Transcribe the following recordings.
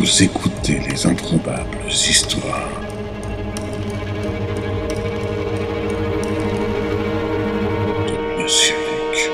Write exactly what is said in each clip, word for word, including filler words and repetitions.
Vous écoutez les improbables histoires de Monsieur Luc.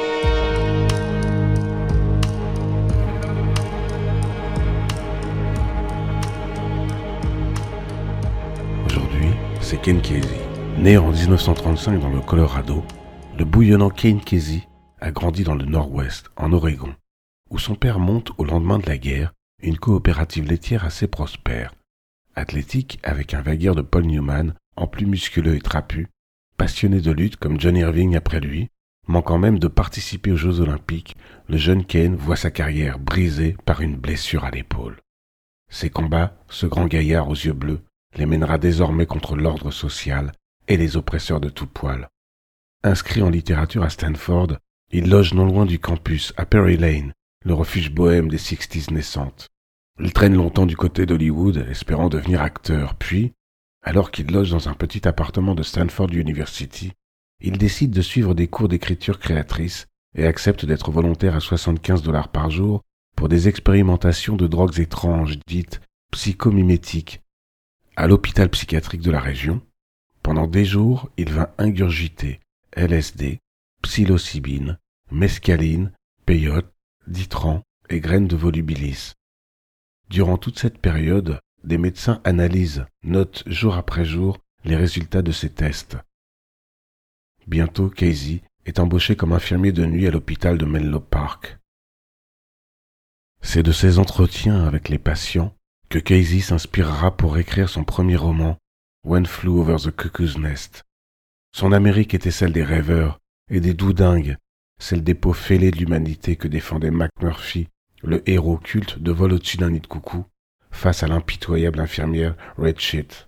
Aujourd'hui, c'est Ken Kesey. Né en dix-neuf cent trente-cinq dans le Colorado, le bouillonnant Ken Kesey a grandi dans le Nord-Ouest, en Oregon, où son père monte au lendemain de la guerre une coopérative laitière assez prospère. Athlétique, avec un vagueur de Paul Newman, en plus musculeux et trapu, passionné de lutte comme John Irving après lui, manquant même de participer aux Jeux Olympiques, le jeune Ken voit sa carrière brisée par une blessure à l'épaule. Ses combats, ce grand gaillard aux yeux bleus, les mènera désormais contre l'ordre social et les oppresseurs de tout poil. Inscrit en littérature à Stanford, il loge non loin du campus, à Perry Lane, le refuge bohème des sixties naissantes. Il traîne longtemps du côté d'Hollywood, espérant devenir acteur, puis, alors qu'il loge dans un petit appartement de Stanford University, il décide de suivre des cours d'écriture créatrice et accepte d'être volontaire à soixante-quinze dollars par jour pour des expérimentations de drogues étranges dites psychomimétiques à l'hôpital psychiatrique de la région. Pendant des jours, il va ingurgiter L S D, psilocybine, mescaline, peyote, ditran et graines de volubilis. Durant toute cette période, des médecins analysent, notent jour après jour les résultats de ces tests. Bientôt, Kesey est embauché comme infirmier de nuit à l'hôpital de Menlo Park. C'est de ses entretiens avec les patients que Kesey s'inspirera pour écrire son premier roman, One Flew Over the Cuckoo's Nest. Son Amérique était celle des rêveurs et des doudingues, celle des peaux fêlées de l'humanité que défendait McMurphy, le héros culte de Vol au-dessus d'un nid de coucou, face à l'impitoyable infirmière Redshit.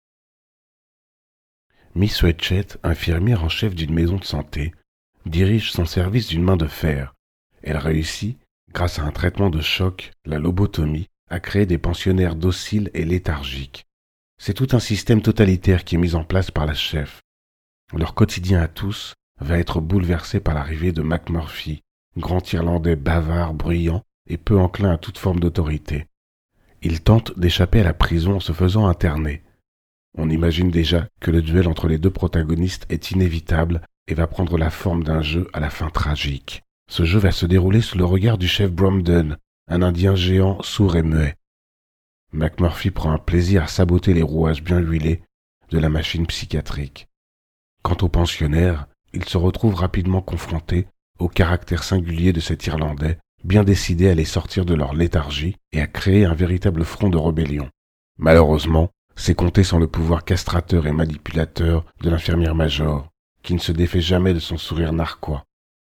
Miss Redshit, infirmière en chef d'une maison de santé, dirige son service d'une main de fer. Elle réussit, grâce à un traitement de choc, la lobotomie, à créer des pensionnaires dociles et léthargiques. C'est tout un système totalitaire qui est mis en place par la chef. Leur quotidien à tous va être bouleversé par l'arrivée de McMurphy, grand Irlandais bavard, bruyant et peu enclin à toute forme d'autorité. Il tente d'échapper à la prison en se faisant interner. On imagine déjà que le duel entre les deux protagonistes est inévitable et va prendre la forme d'un jeu à la fin tragique. Ce jeu va se dérouler sous le regard du chef Bromden, un Indien géant sourd et muet. McMurphy prend un plaisir à saboter les rouages bien huilés de la machine psychiatrique. Quant aux pensionnaires, il se retrouve rapidement confronté au caractère singulier de cet Irlandais, bien décidé à les sortir de leur léthargie et à créer un véritable front de rébellion. Malheureusement, c'est compter sans le pouvoir castrateur et manipulateur de l'infirmière major, qui ne se défait jamais de son sourire narquois.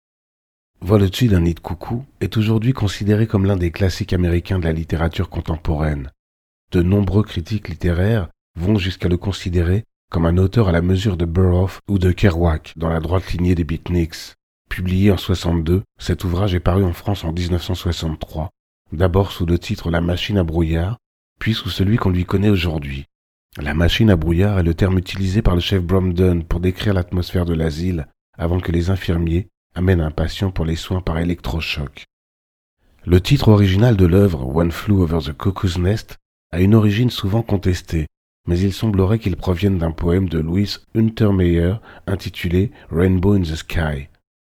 Vol au-dessus d'un nid de coucou est aujourd'hui considéré comme l'un des classiques américains de la littérature contemporaine. De nombreux critiques littéraires vont jusqu'à le considérer comme un auteur à la mesure de Burroughs ou de Kerouac dans la droite lignée des beatniks. Publié en soixante-deux, cet ouvrage est paru en France en dix-neuf cent soixante-trois, d'abord sous le titre La machine à brouillard, puis sous celui qu'on lui connaît aujourd'hui. La machine à brouillard est le terme utilisé par le chef Bromden pour décrire l'atmosphère de l'asile avant que les infirmiers amènent un patient pour les soins par électrochoc. Le titre original de l'œuvre, One Flew Over the Cuckoo's Nest, a une origine souvent contestée, mais il semblerait qu'il provienne d'un poème de Louis Untermeyer intitulé Rainbow in the Sky.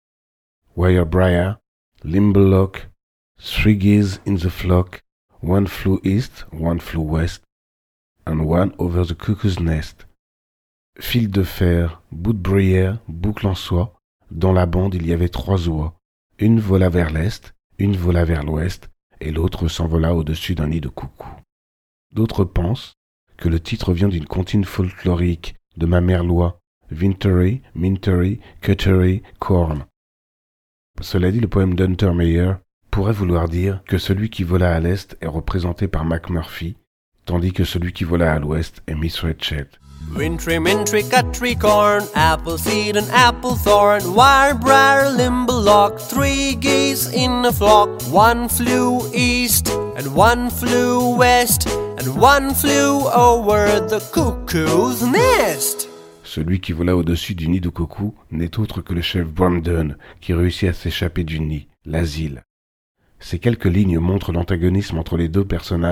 Wirebriar, Limberlock, three geese in the flock, one flew east, one flew west, and one over the cuckoo's nest. Fil de fer, bout de bruyère, boucle en soie, dans la bande il y avait trois oies. Une vola vers l'est, une vola vers l'ouest, et l'autre s'envola au-dessus d'un nid de coucou. D'autres pensent que le titre vient d'une comptine folklorique de ma mère Loi, Wintery, Mintery, Cuttery, Corn. Cela dit, le poème d'Untermeyer pourrait vouloir dire que celui qui vola à l'est est représenté par McMurphy, tandis que celui qui vola à l'ouest est Miss Redshit. Wintry, mintry, cuttery, corn, apple seed and apple thorn, wirebriar, limberlock, three geese in a flock. One flew east and one flew west and one flew over the cuckoo's nest. Celui qui vola au-dessus du nid de coucou n'est autre que le chef Bromden, qui réussit à s'échapper du nid, l'asile. Ces quelques lignes montrent l'antagonisme entre les deux personnages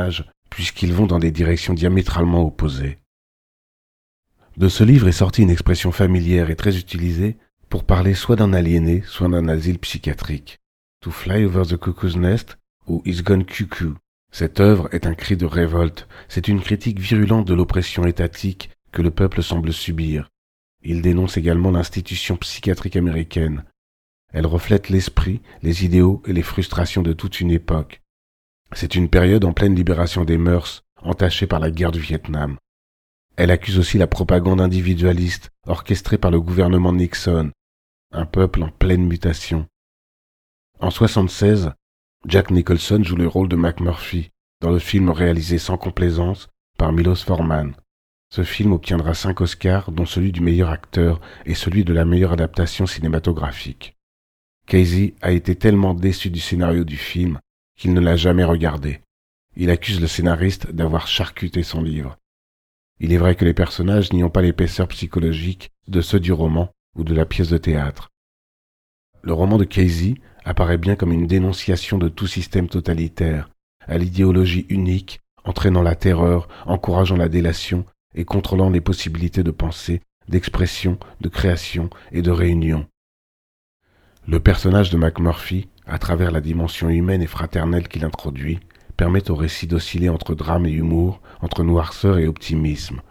puisqu'ils vont dans des directions diamétralement opposées. De ce livre est sortie une expression familière et très utilisée pour parler soit d'un aliéné, soit d'un asile psychiatrique. To Fly Over the Cuckoo's Nest ou It's Gone Cuckoo. Cette œuvre est un cri de révolte, c'est une critique virulente de l'oppression étatique que le peuple semble subir. Il dénonce également l'institution psychiatrique américaine. Elle reflète l'esprit, les idéaux et les frustrations de toute une époque. C'est une période en pleine libération des mœurs, entachée par la guerre du Vietnam. Elle accuse aussi la propagande individualiste orchestrée par le gouvernement Nixon, un peuple en pleine mutation. En soixante-seize, Jack Nicholson joue le rôle de McMurphy dans le film réalisé sans complaisance par Milos Forman. Ce film obtiendra cinq Oscars, dont celui du meilleur acteur et celui de la meilleure adaptation cinématographique. Casey a été tellement déçu du scénario du film qu'il ne l'a jamais regardé. Il accuse le scénariste d'avoir charcuté son livre. Il est vrai que les personnages n'y ont pas l'épaisseur psychologique de ceux du roman ou de la pièce de théâtre. Le roman de Casey apparaît bien comme une dénonciation de tout système totalitaire, à l'idéologie unique, entraînant la terreur, encourageant la délation et contrôlant les possibilités de pensée, d'expression, de création et de réunion. Le personnage de McMurphy, à travers la dimension humaine et fraternelle qu'il introduit, permet au récit d'osciller entre drame et humour, entre noirceur et optimisme.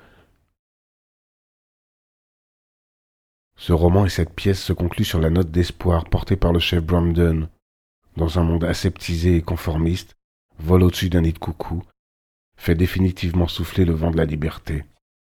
Ce roman et cette pièce se concluent sur la note d'espoir portée par le chef Brandon. Dans un monde aseptisé et conformiste, vole au-dessus d'un nid de coucou, fait définitivement souffler le vent de la liberté.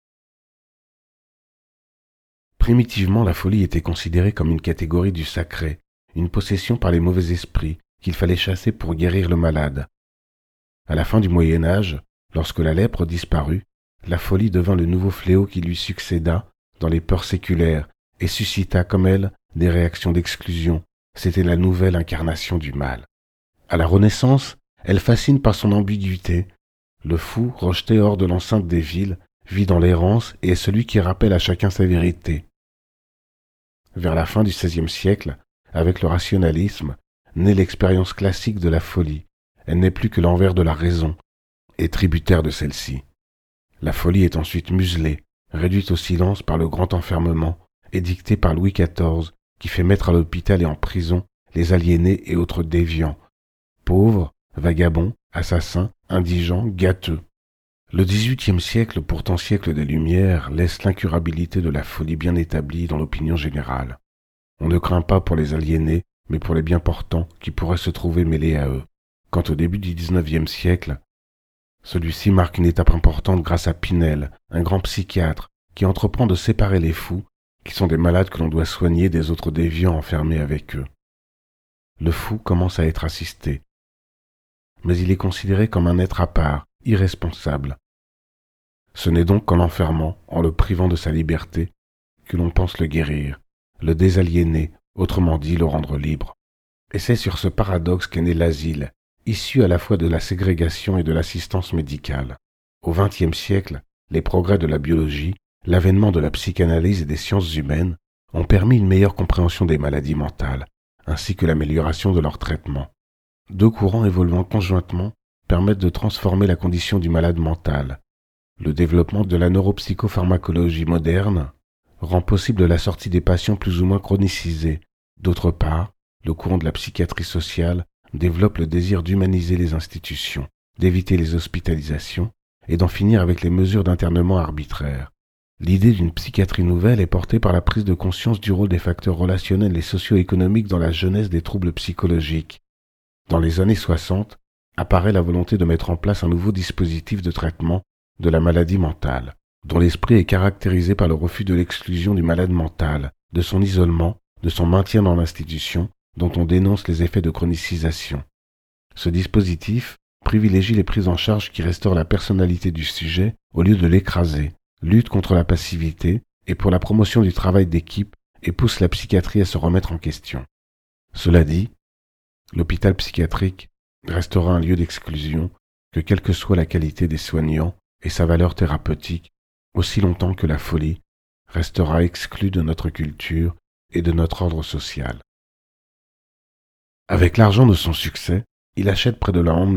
Primitivement, la folie était considérée comme une catégorie du sacré, une possession par les mauvais esprits qu'il fallait chasser pour guérir le malade. À la fin du Moyen Âge, lorsque la lèpre disparut, la folie devint le nouveau fléau qui lui succéda dans les peurs séculaires et suscita comme elle des réactions d'exclusion. C'était la nouvelle incarnation du mal. À la Renaissance, elle fascine par son ambiguïté. Le fou, rejeté hors de l'enceinte des villes, vit dans l'errance et est celui qui rappelle à chacun sa vérité. Vers la fin du seizième siècle, avec le rationalisme, naît l'expérience classique de la folie. Elle n'est plus que l'envers de la raison, et tributaire de celle-ci. La folie est ensuite muselée, réduite au silence par le grand enfermement, édicté par Louis quatorze, qui fait mettre à l'hôpital et en prison les aliénés et autres déviants, pauvres, vagabonds, assassins, indigents, gâteux. Le dix-huitième siècle, pourtant siècle des Lumières, laisse l'incurabilité de la folie bien établie dans l'opinion générale. On ne craint pas pour les aliénés, mais pour les bien portants qui pourraient se trouver mêlés à eux. Quant au début du dix-neuvième siècle, celui-ci marque une étape importante grâce à Pinel, un grand psychiatre, qui entreprend de séparer les fous, qui sont des malades que l'on doit soigner, des autres déviants enfermés avec eux. Le fou commence à être assisté, mais il est considéré comme un être à part, irresponsable. Ce n'est donc qu'en l'enfermant, en le privant de sa liberté, que l'on pense le guérir, le désaliéner, autrement dit le rendre libre. Et c'est sur ce paradoxe qu'est né l'asile, issu à la fois de la ségrégation et de l'assistance médicale. Au vingtième siècle, les progrès de la biologie, l'avènement de la psychanalyse et des sciences humaines ont permis une meilleure compréhension des maladies mentales, ainsi que l'amélioration de leur traitement. Deux courants évoluant conjointement permettent de transformer la condition du malade mental. Le développement de la neuropsychopharmacologie moderne rend possible la sortie des patients plus ou moins chronicisés. D'autre part, le courant de la psychiatrie sociale développe le désir d'humaniser les institutions, d'éviter les hospitalisations et d'en finir avec les mesures d'internement arbitraires. L'idée d'une psychiatrie nouvelle est portée par la prise de conscience du rôle des facteurs relationnels et socio-économiques dans la genèse des troubles psychologiques. Dans les années soixante, apparaît la volonté de mettre en place un nouveau dispositif de traitement de la maladie mentale, dont l'esprit est caractérisé par le refus de l'exclusion du malade mental, de son isolement, de son maintien dans l'institution, dont on dénonce les effets de chronicisation. Ce dispositif privilégie les prises en charge qui restaurent la personnalité du sujet au lieu de l'écraser, lutte contre la passivité et pour la promotion du travail d'équipe et pousse la psychiatrie à se remettre en question. Cela dit, l'hôpital psychiatrique restera un lieu d'exclusion que quelle que soit la qualité des soignants et sa valeur thérapeutique, aussi longtemps que la folie restera exclue de notre culture et de notre ordre social. Avec l'argent de son succès, il achète près de la Honda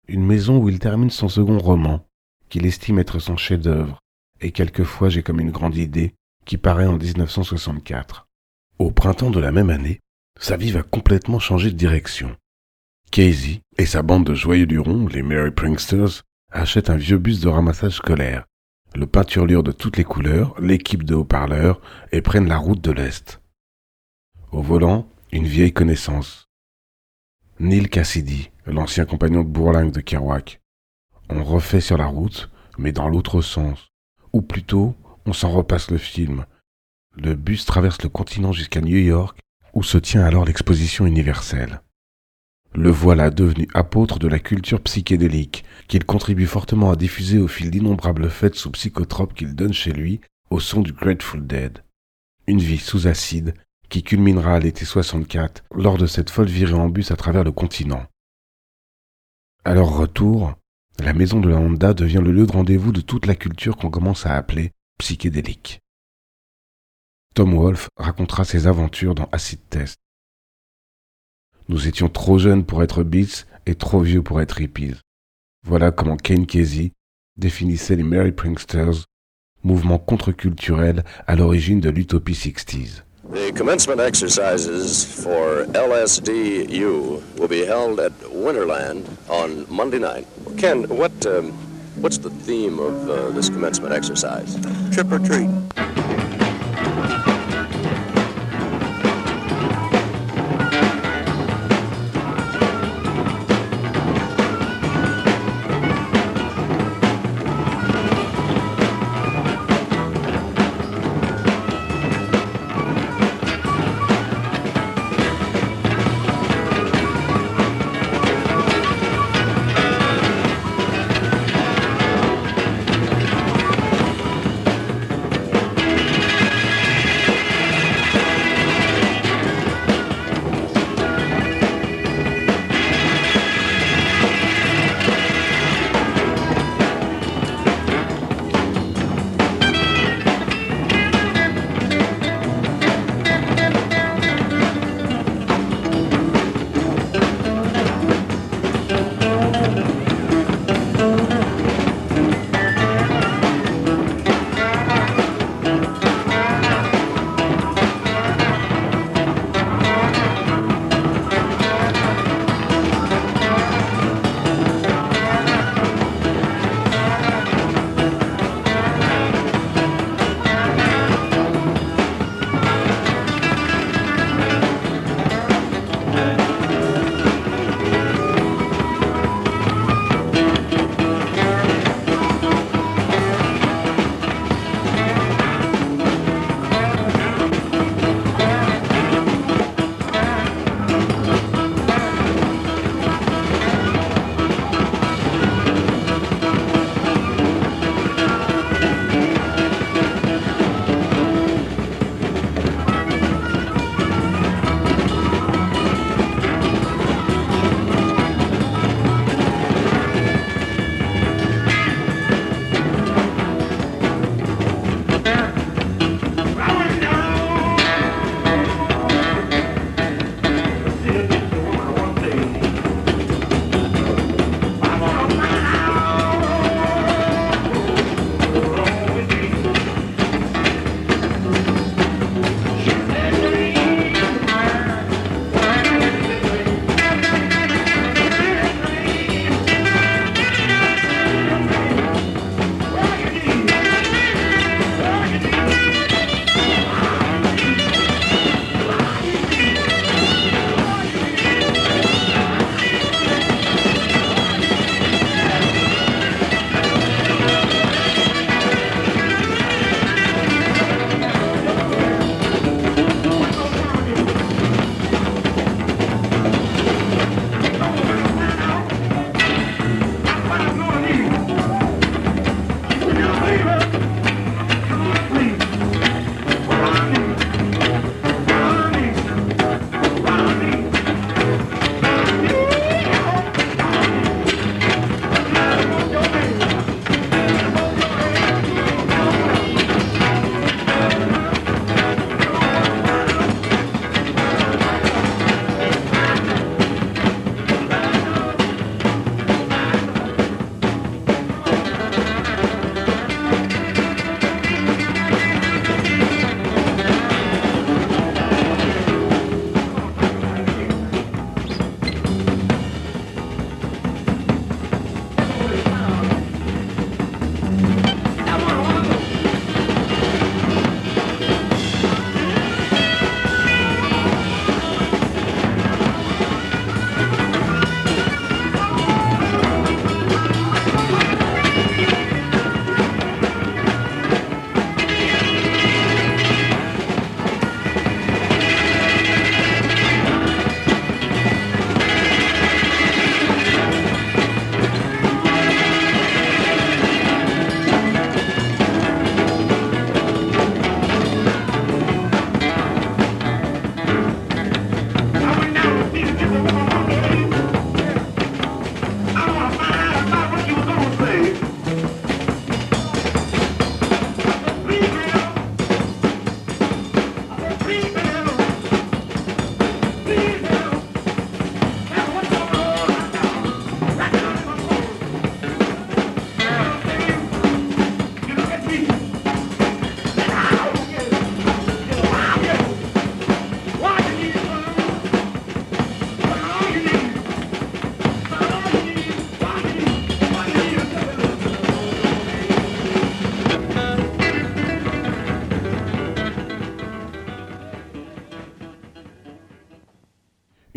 Une maison où il termine son second roman, qu'il estime être son chef-d'œuvre, et quelquefois j'ai comme une grande idée, qui paraît en dix-neuf cent soixante-quatre. Au printemps de la même année, sa vie va complètement changer de direction. Casey et sa bande de joyeux lurons, les Merry Pranksters, achètent un vieux bus de ramassage scolaire, le peinturlure de toutes les couleurs, l'équipe de haut-parleurs, et prennent la route de l'Est. Au volant, une vieille connaissance. Neil Cassidy, l'ancien compagnon de bourlingue de Kerouac. On refait sur la route, mais dans l'autre sens. Ou plutôt, on s'en repasse le film. Le bus traverse le continent jusqu'à New York, où se tient alors l'exposition universelle. Le voilà devenu apôtre de la culture psychédélique, qu'il contribue fortement à diffuser au fil d'innombrables fêtes sous psychotropes qu'il donne chez lui, au son du Grateful Dead. Une vie sous acide, qui culminera à l'été soixante-quatre, lors de cette folle virée en bus à travers le continent. À leur retour, la maison de la Honda devient le lieu de rendez-vous de toute la culture qu'on commence à appeler psychédélique. Tom Wolfe racontera ses aventures dans Acid Test. Nous étions trop jeunes pour être beats et trop vieux pour être hippies. Voilà comment Cain Casey définissait les Merry Pranksters, mouvement contre-culturel à l'origine de l'Utopie sixties. The commencement exercises for L S D U will be held at Winterland on Monday night. Ken, what um, what's the theme of uh, this commencement exercise? Trick or treat.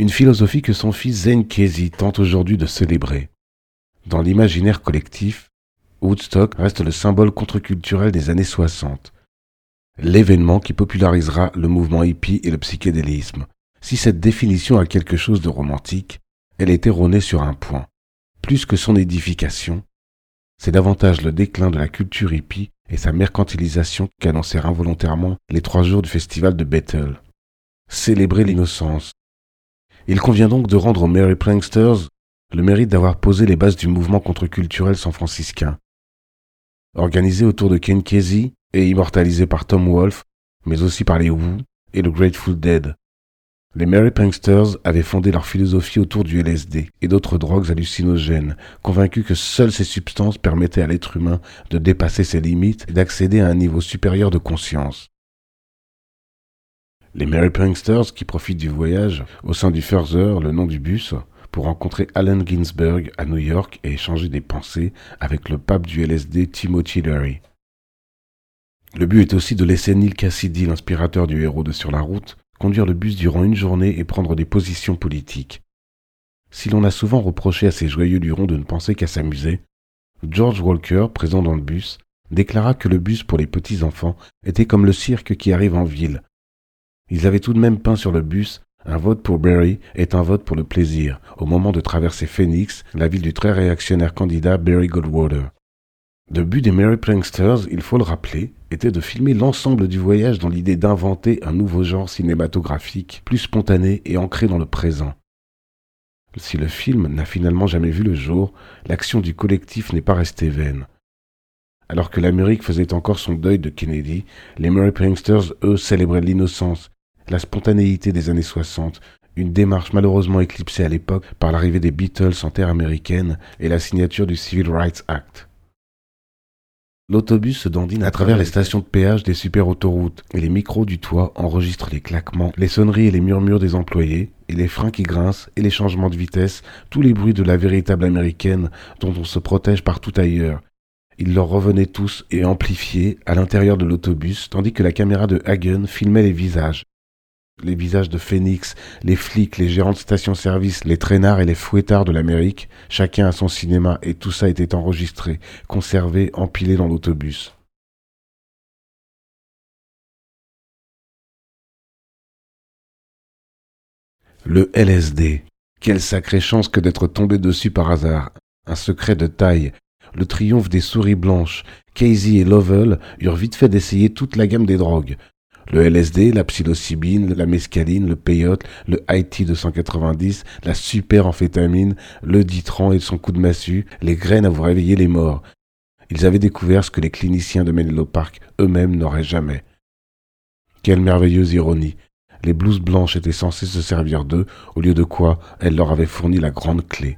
une philosophie que son fils Zane Casey tente aujourd'hui de célébrer. Dans l'imaginaire collectif, Woodstock reste le symbole contre-culturel des années soixante. L'événement qui popularisera le mouvement hippie et le psychédélisme. Si cette définition a quelque chose de romantique, elle est erronée sur un point. Plus que son édification, c'est davantage le déclin de la culture hippie et sa mercantilisation qu'annoncèrent involontairement les trois jours du festival de Bethel. Célébrer l'innocence. Il convient donc de rendre aux Merry Pranksters le mérite d'avoir posé les bases du mouvement contre-culturel san-franciscain. Organisé autour de Ken Kesey et immortalisé par Tom Wolfe, mais aussi par les Who et le Grateful Dead. Les Merry Pranksters avaient fondé leur philosophie autour du L S D et d'autres drogues hallucinogènes, convaincus que seules ces substances permettaient à l'être humain de dépasser ses limites et d'accéder à un niveau supérieur de conscience. Les Merry Pranksters qui profitent du voyage au sein du Further, le nom du bus, pour rencontrer Allen Ginsberg à New York et échanger des pensées avec le pape du L S D Timothy Leary. Le but est aussi de laisser Neal Cassidy, l'inspirateur du héros de Sur la route, conduire le bus durant une journée et prendre des positions politiques. Si l'on a souvent reproché à ces joyeux lurons de ne penser qu'à s'amuser, George Walker, présent dans le bus, déclara que le bus pour les petits-enfants était comme le cirque qui arrive en ville. Ils avaient tout de même peint sur le bus « Un vote pour Barry est un vote pour le plaisir » au moment de traverser Phoenix, la ville du très réactionnaire candidat Barry Goldwater. Le but des Merry Pranksters, il faut le rappeler, était de filmer l'ensemble du voyage dans l'idée d'inventer un nouveau genre cinématographique, plus spontané et ancré dans le présent. Si le film n'a finalement jamais vu le jour, l'action du collectif n'est pas restée vaine. Alors que l'Amérique faisait encore son deuil de Kennedy, les Merry Pranksters, eux, célébraient l'innocence, la spontanéité des années soixante, une démarche malheureusement éclipsée à l'époque par l'arrivée des Beatles en terre américaine et la signature du Civil Rights Act. L'autobus se dandine à travers les stations de péage des super-autoroutes et les micros du toit enregistrent les claquements, les sonneries et les murmures des employés, et les freins qui grincent et les changements de vitesse, tous les bruits de la véritable américaine dont on se protège partout ailleurs. Ils leur revenaient tous et amplifiés à l'intérieur de l'autobus, tandis que la caméra de Hagen filmait les visages. Les visages de Phoenix, les flics, les gérants de station-service, les traînards et les fouettards de l'Amérique, chacun à son cinéma, et tout ça était enregistré, conservé, empilé dans l'autobus. Le L S D. Quelle sacrée chance que d'être tombé dessus par hasard. Un secret de taille. Le triomphe des souris blanches. Casey et Lovell eurent vite fait d'essayer toute la gamme des drogues. Le L S D, la psilocybine, la mescaline, le peyote, le I T deux cent quatre-vingt-dix, la superamphétamine, le ditran et son coup de massue, les graines à vous réveiller les morts. Ils avaient découvert ce que les cliniciens de Menlo Park eux-mêmes n'auraient jamais. Quelle merveilleuse ironie. Les blouses blanches étaient censées se servir d'eux, au lieu de quoi elles leur avaient fourni la grande clé.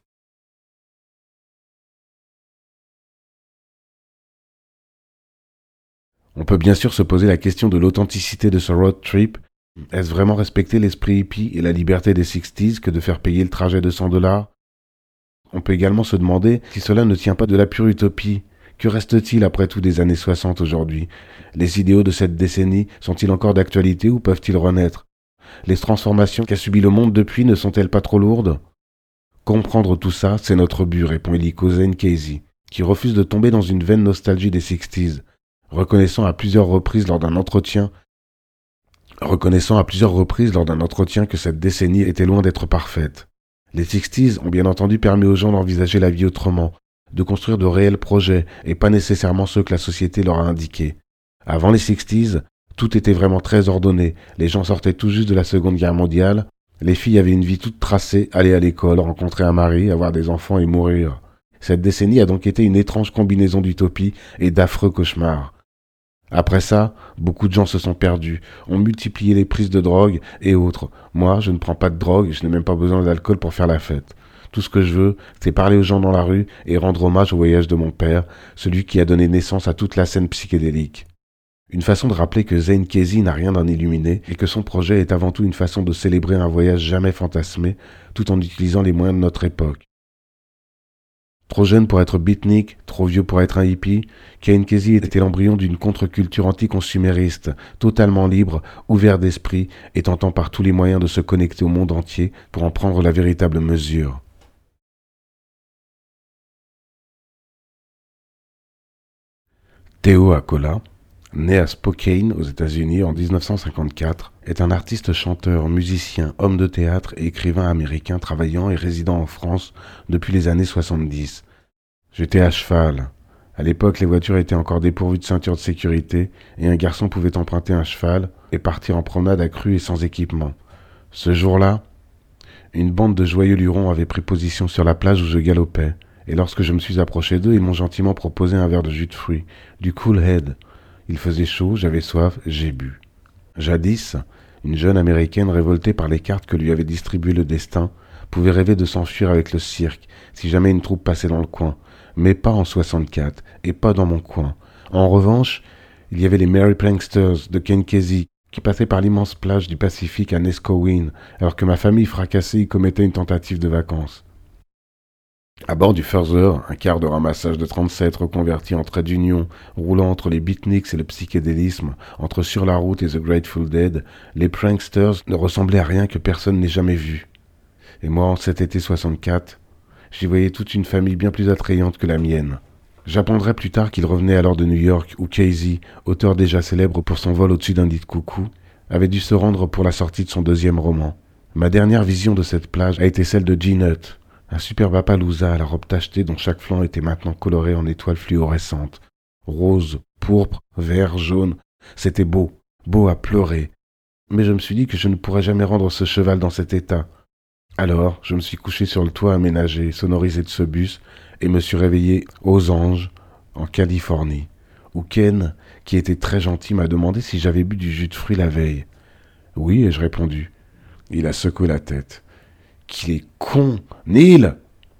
On peut bien sûr se poser la question de l'authenticité de ce road trip. Est-ce vraiment respecter l'esprit hippie et la liberté des sixties que de faire payer le trajet de cent dollars? On peut également se demander si cela ne tient pas de la pure utopie. Que reste-t-il après tout des années soixante aujourd'hui? Les idéaux de cette décennie sont-ils encore d'actualité ou peuvent-ils renaître? Les transformations qu'a subies le monde depuis ne sont-elles pas trop lourdes? Comprendre tout ça, c'est notre but, répond Illico Zane Casey, qui refuse de tomber dans une vaine nostalgie des sixties. Reconnaissant à plusieurs reprises lors d'un entretien, reconnaissant à plusieurs reprises lors d'un entretien que cette décennie était loin d'être parfaite. Les sixties ont bien entendu permis aux gens d'envisager la vie autrement, de construire de réels projets et pas nécessairement ceux que la société leur a indiqués. Avant les sixties, tout était vraiment très ordonné, les gens sortaient tout juste de la Seconde Guerre mondiale, les filles avaient une vie toute tracée, aller à l'école, rencontrer un mari, avoir des enfants et mourir. Cette décennie a donc été une étrange combinaison d'utopie et d'affreux cauchemars. Après ça, beaucoup de gens se sont perdus, ont multiplié les prises de drogue et autres. Moi, je ne prends pas de drogue, je n'ai même pas besoin d'alcool pour faire la fête. Tout ce que je veux, c'est parler aux gens dans la rue et rendre hommage au voyage de mon père, celui qui a donné naissance à toute la scène psychédélique. Une façon de rappeler que Zane Casey n'a rien d'un illuminé et que son projet est avant tout une façon de célébrer un voyage jamais fantasmé, tout en utilisant les moyens de notre époque. Trop jeune pour être beatnik, trop vieux pour être un hippie, Cain Kesey était l'embryon d'une contre-culture anticonsumériste, totalement libre, ouvert d'esprit et tentant par tous les moyens de se connecter au monde entier pour en prendre la véritable mesure. Theo Accola, né à Spokane aux États-Unis en dix-neuf cent cinquante-quatre, est un artiste, chanteur, musicien, homme de théâtre et écrivain américain travaillant et résidant en France depuis les années soixante-dix. J'étais à cheval. À l'époque, les voitures étaient encore dépourvues de ceinture de sécurité et un garçon pouvait emprunter un cheval et partir en promenade accrue et sans équipement. Ce jour-là, une bande de joyeux lurons avait pris position sur la plage où je galopais, et lorsque je me suis approché d'eux, ils m'ont gentiment proposé un verre de jus de fruits, du Cool Head. Il faisait chaud, j'avais soif, j'ai bu. Jadis, une jeune américaine révoltée par les cartes que lui avait distribuées le destin pouvait rêver de s'enfuir avec le cirque si jamais une troupe passait dans le coin, mais pas en soixante-quatre et pas dans mon coin. En revanche, il y avait les Merry Pranksters de Cain Kesey qui passaient par l'immense plage du Pacifique à Neskowin alors que ma famille fracassée y commettait une tentative de vacances. À bord du Further, un quart de ramassage de trente-sept reconverti en trait d'union, roulant entre les beatniks et le psychédélisme, entre Sur la route et The Grateful Dead, les Pranksters ne ressemblaient à rien que personne n'ait jamais vu. Et moi, en cet été soixante-quatre, j'y voyais toute une famille bien plus attrayante que la mienne. J'apprendrai plus tard qu'il revenait alors de New York, où Kesey, auteur déjà célèbre pour son vol au-dessus d'un nid de coucou, avait dû se rendre pour la sortie de son deuxième roman. Ma dernière vision de cette plage a été celle de G-Nut, un superbe Appaloosa à la robe tachetée dont chaque flanc était maintenant coloré en étoiles fluorescentes. Rose, pourpre, vert, jaune, c'était beau, beau à pleurer. Mais je me suis dit que je ne pourrais jamais rendre ce cheval dans cet état. Alors, je me suis couché sur le toit aménagé, sonorisé de ce bus, et me suis réveillé aux Anges, en Californie, où Ken, qui était très gentil, m'a demandé si j'avais bu du jus de fruits la veille. Oui, ai-je répondu. Il a secoué la tête. Qu'il est con, Neil!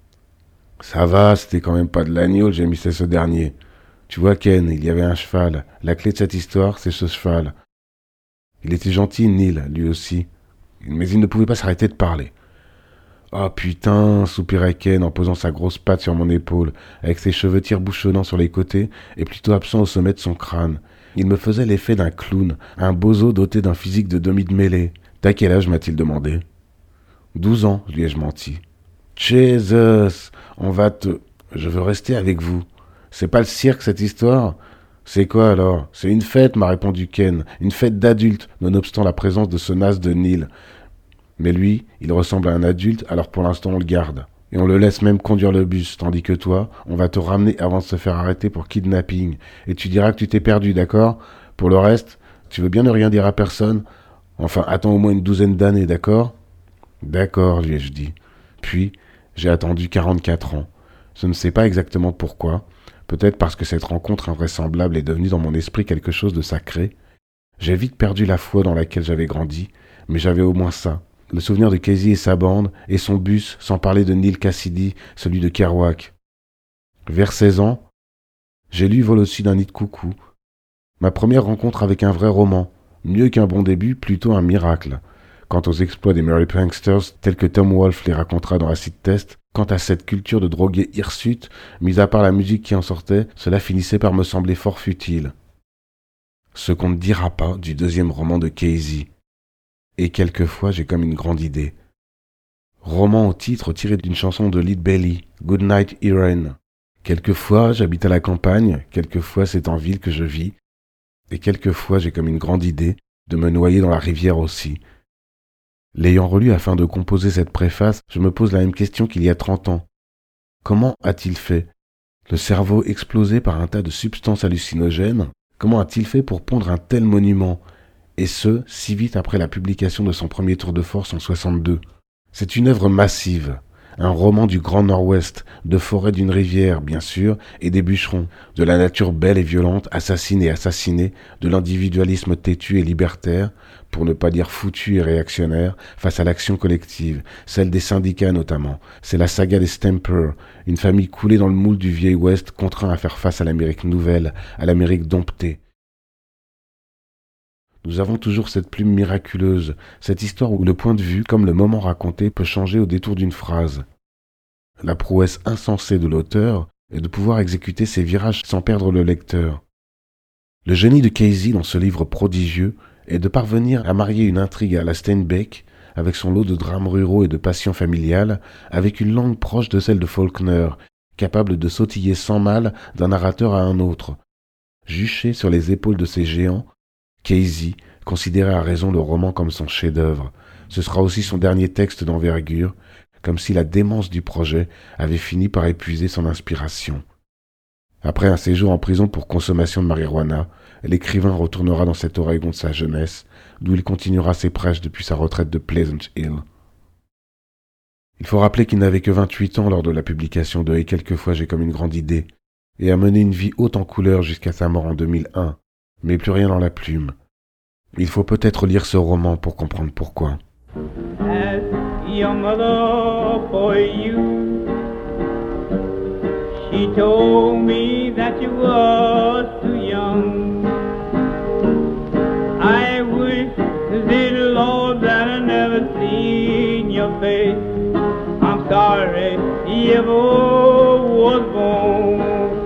Ça va, c'était quand même pas de l'agneau, j'ai mis c'est ce dernier. Tu vois, Ken, il y avait un cheval. La clé de cette histoire, c'est ce cheval. Il était gentil, Neil, lui aussi. Mais il ne pouvait pas s'arrêter de parler. « Oh putain !» soupirait Ken en posant sa grosse patte sur mon épaule, avec ses cheveux tire-bouchonnants sur les côtés et plutôt absents au sommet de son crâne. Il me faisait l'effet d'un clown, un bozo doté d'un physique de demi de mêlée. « T'as quel âge ?» m'a-t-il demandé. « Douze ans, lui ai-je menti. »« Jesus, on va te... Je veux rester avec vous. C'est pas le cirque, cette histoire ? » ?»« C'est quoi alors ? » ?»« C'est une fête, m'a répondu Ken. Une fête d'adultes, nonobstant la présence de ce naze de Neil. Mais lui, il ressemble à un adulte, alors pour l'instant on le garde. Et on le laisse même conduire le bus, tandis que toi, on va te ramener avant de se faire arrêter pour kidnapping. Et tu diras que tu t'es perdu, d'accord ? Pour le reste, tu veux bien ne rien dire à personne ? Enfin, attends au moins une douzaine d'années, d'accord ? D'accord, lui ai-je dit. Puis, j'ai attendu quarante-quatre ans. Je ne sais pas exactement pourquoi. Peut-être parce que cette rencontre invraisemblable est devenue dans mon esprit quelque chose de sacré. J'ai vite perdu la foi dans laquelle j'avais grandi, mais j'avais au moins ça. Le souvenir de Kesey et sa bande, et son bus, sans parler de Neil Cassidy, celui de Kerouac. Vers seize ans, j'ai lu Vol au-dessus d'un nid de coucou. Ma première rencontre avec un vrai roman. Mieux qu'un bon début, plutôt un miracle. Quant aux exploits des Merry Pranksters, tels que Tom Wolfe les racontera dans Acid Test, quant à cette culture de drogués hirsutes, mis à part la musique qui en sortait, cela finissait par me sembler fort futile. Ce qu'on ne dira pas du deuxième roman de Kesey. Et quelquefois, j'ai comme une grande idée. Roman au titre tiré d'une chanson de Lead Belly, Good Night Irene. Quelquefois, j'habite à la campagne, quelquefois c'est en ville que je vis, et quelquefois j'ai comme une grande idée de me noyer dans la rivière aussi. L'ayant relu afin de composer cette préface, je me pose la même question qu'il y a trente ans. Comment a-t-il fait ? Le cerveau explosé par un tas de substances hallucinogènes, comment a-t-il fait pour pondre un tel monument ? Et ce, si vite après la publication de son premier tour de force en soixante-deux. C'est une œuvre massive, un roman du Grand Nord-Ouest, de forêt d'une rivière, bien sûr, et des bûcherons, de la nature belle et violente, assassine et assassinée, de l'individualisme têtu et libertaire, pour ne pas dire foutu et réactionnaire, face à l'action collective, celle des syndicats notamment. C'est la saga des Stamper, une famille coulée dans le moule du vieil Ouest, contraint à faire face à l'Amérique nouvelle, à l'Amérique domptée. Nous avons toujours cette plume miraculeuse, cette histoire où le point de vue, comme le moment raconté, peut changer au détour d'une phrase. La prouesse insensée de l'auteur est de pouvoir exécuter ses virages sans perdre le lecteur. Le génie de Casey dans ce livre prodigieux est de parvenir à marier une intrigue à la Steinbeck avec son lot de drames ruraux et de passions familiales, avec une langue proche de celle de Faulkner, capable de sautiller sans mal d'un narrateur à un autre. Juché sur les épaules de ces géants, Casey considérait à raison le roman comme son chef-d'œuvre. Ce sera aussi son dernier texte d'envergure, comme si la démence du projet avait fini par épuiser son inspiration. Après un séjour en prison pour consommation de marijuana, l'écrivain retournera dans cet Oregon de sa jeunesse, d'où il continuera ses prêches depuis sa retraite de Pleasant Hill. Il faut rappeler qu'il n'avait que vingt-huit ans lors de la publication de « Et quelquefois j'ai comme une grande idée », et a mené une vie haute en couleurs jusqu'à sa mort en deux mille un, mais plus rien dans la plume. Il faut peut-être lire ce roman pour comprendre pourquoi. As your mother for you, she told me that you was too young. I wish, dear Lord, that I never seen your face. I'm sorry you ever was born.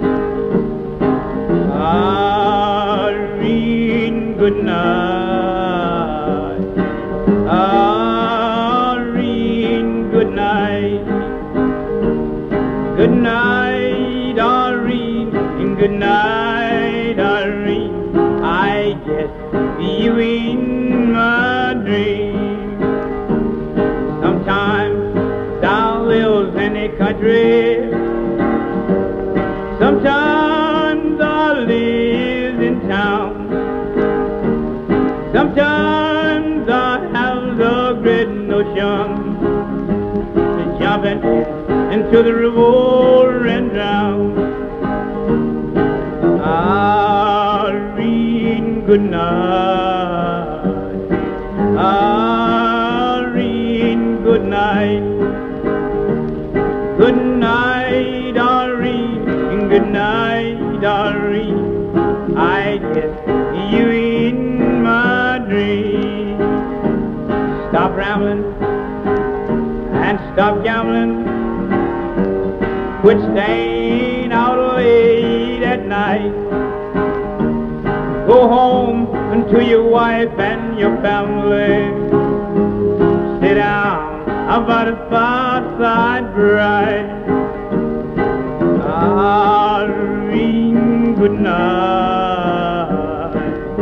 Irene, good night. Irene, good night. Good night, Irene, and good night, Irene. I guess you in my dream. Sometimes I live in the country. Sometimes I live in town. Sometimes I have the great notion to jump in, into the river and drown. Irene, good night. Irene, good night. Good night, Irene. Good night, Irene. I guess you in my dream. Stop rambling and stop gambling. Quit staying out late at night. Go home to your wife and your family. Sit down about a fireside bright. Irene, good night.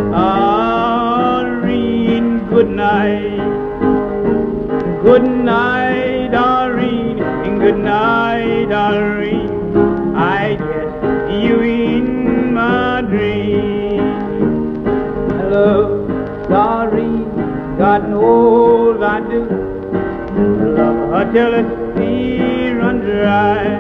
Irene, good night. Good night, Irene, and good night, Irene. I guess you in my dream. Hello, sorry, gotten old, I do. Love her till the sea run dry.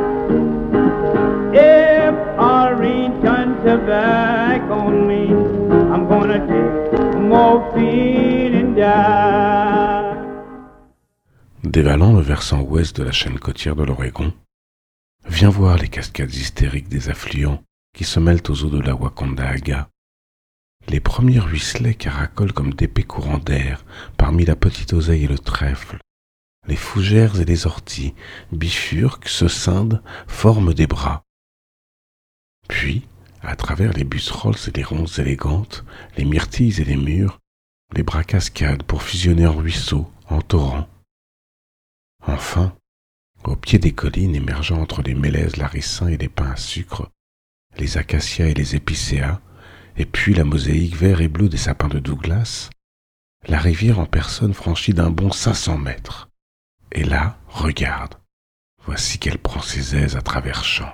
If Irene turns her back on me, I'm gonna take morphine and die. Dévalant le versant ouest de la chaîne côtière de l'Oregon, viens voir les cascades hystériques des affluents qui se mêlent aux eaux de la Wakondahaga. Les premiers ruisselets caracolent comme d'épais courants d'air parmi la petite oseille et le trèfle. Les fougères et les orties bifurquent, se scindent, forment des bras. Puis, à travers les busserolles et les ronces élégantes, les myrtilles et les mûres, les bras cascadent pour fusionner en ruisseaux, en torrents. Enfin, au pied des collines émergeant entre les mélèzes larissins et les pins à sucre, les acacias et les épicéas, et puis la mosaïque vert et bleu des sapins de Douglas, la rivière en personne franchit d'un bond cinq cents mètres. Et là, regarde, voici qu'elle prend ses aises à travers champs.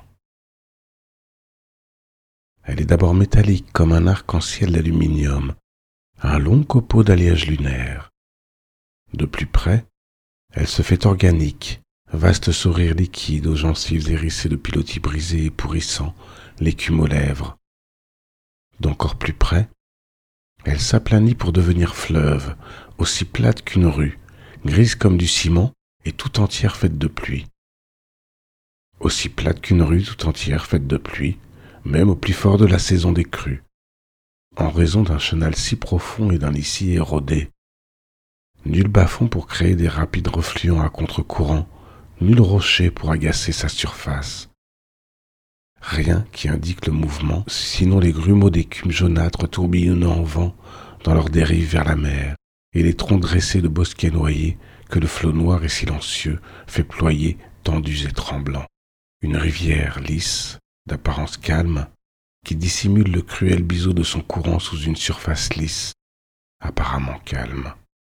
Elle est d'abord métallique comme un arc-en-ciel d'aluminium, un long copeau d'alliage lunaire. De plus près, elle se fait organique, vaste sourire liquide aux gencives hérissées de pilotis brisés et pourrissants, l'écume aux lèvres. D'encore plus près, elle s'aplanit pour devenir fleuve, aussi plate qu'une rue, grise comme du ciment et tout entière faite de pluie. Aussi plate qu'une rue tout entière faite de pluie, même au plus fort de la saison des crues, en raison d'un chenal si profond et d'un lit si érodé. Nul bas-fond pour créer des rapides refluents à contre-courant, nul rocher pour agacer sa surface. Rien qui indique le mouvement, sinon les grumeaux d'écume jaunâtre tourbillonnant en vent dans leur dérive vers la mer, et les troncs dressés de bosquets noyés que le flot noir et silencieux fait ployer tendus et tremblants. Une rivière lisse, d'apparence calme, qui dissimule le cruel biseau de son courant sous une surface lisse, apparemment calme.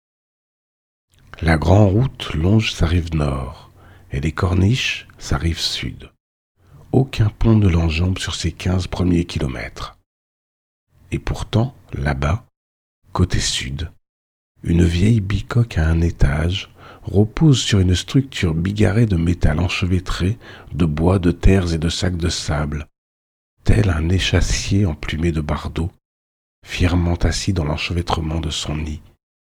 La grande route longe sa rive nord, et les corniches sa rive sud. Aucun pont ne l'enjambe sur ses quinze premiers kilomètres. Et pourtant, là-bas, côté sud, une vieille bicoque à un étage repose sur une structure bigarrée de métal enchevêtré, de bois, de terres et de sacs de sable, tel un échassier emplumé de bardeaux, fièrement assis dans l'enchevêtrement de son nid.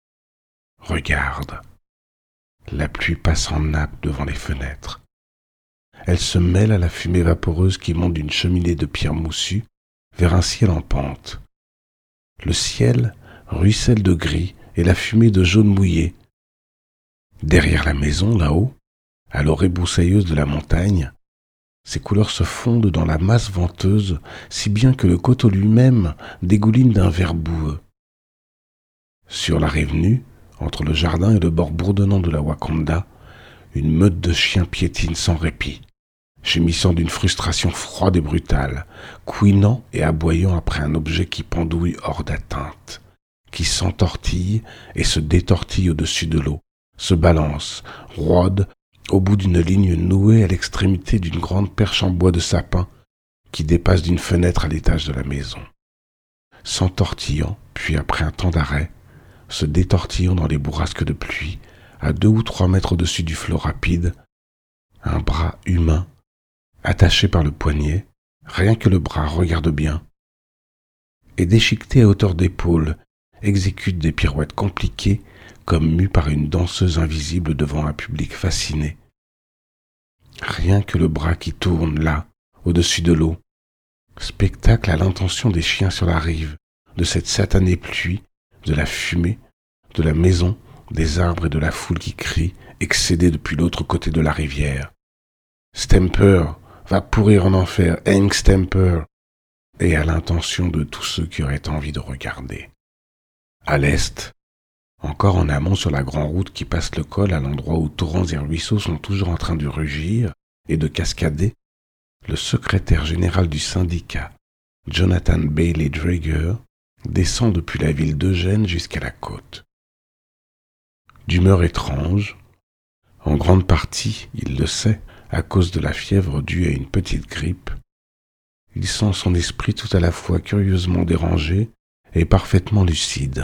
Regarde, la pluie passe en nappe devant les fenêtres. Elle se mêle à la fumée vaporeuse qui monte d'une cheminée de pierre moussue vers un ciel en pente. Le ciel ruisselle de gris et la fumée de jaune mouillé. Derrière la maison, là-haut, à l'orée broussailleuse de la montagne, ces couleurs se fondent dans la masse venteuse, si bien que le coteau lui-même dégouline d'un vert boueux. Sur la rive nue, entre le jardin et le bord bourdonnant de la Wakanda, une meute de chiens piétine sans répit, gémissant d'une frustration froide et brutale, couinant et aboyant après un objet qui pendouille hors d'atteinte, qui s'entortille et se détortille au-dessus de l'eau, se balance, rôde, au bout d'une ligne nouée à l'extrémité d'une grande perche en bois de sapin qui dépasse d'une fenêtre à l'étage de la maison. S'entortillant, puis après un temps d'arrêt, se détortillant dans les bourrasques de pluie, à deux ou trois mètres au-dessus du flot rapide, un bras humain, attaché par le poignet, rien que le bras, regarde bien, et déchiqueté à hauteur d'épaule, exécute des pirouettes compliquées comme mu par une danseuse invisible devant un public fasciné. Rien que le bras qui tourne là, au-dessus de l'eau, spectacle à l'intention des chiens sur la rive, de cette satanée pluie, de la fumée, de la maison, des arbres et de la foule qui crie, excédée depuis l'autre côté de la rivière. Stamper, va pourrir en enfer, Hank Stamper, et à l'intention de tous ceux qui auraient envie de regarder. À l'est, encore en amont sur la grande route qui passe le col à l'endroit où torrents et ruisseaux sont toujours en train de rugir et de cascader, le secrétaire général du syndicat, Jonathan Bailey Drager, descend depuis la ville d'Eugène jusqu'à la côte. D'humeur étrange, en grande partie, il le sait, à cause de la fièvre due à une petite grippe, il sent son esprit tout à la fois curieusement dérangé et parfaitement lucide.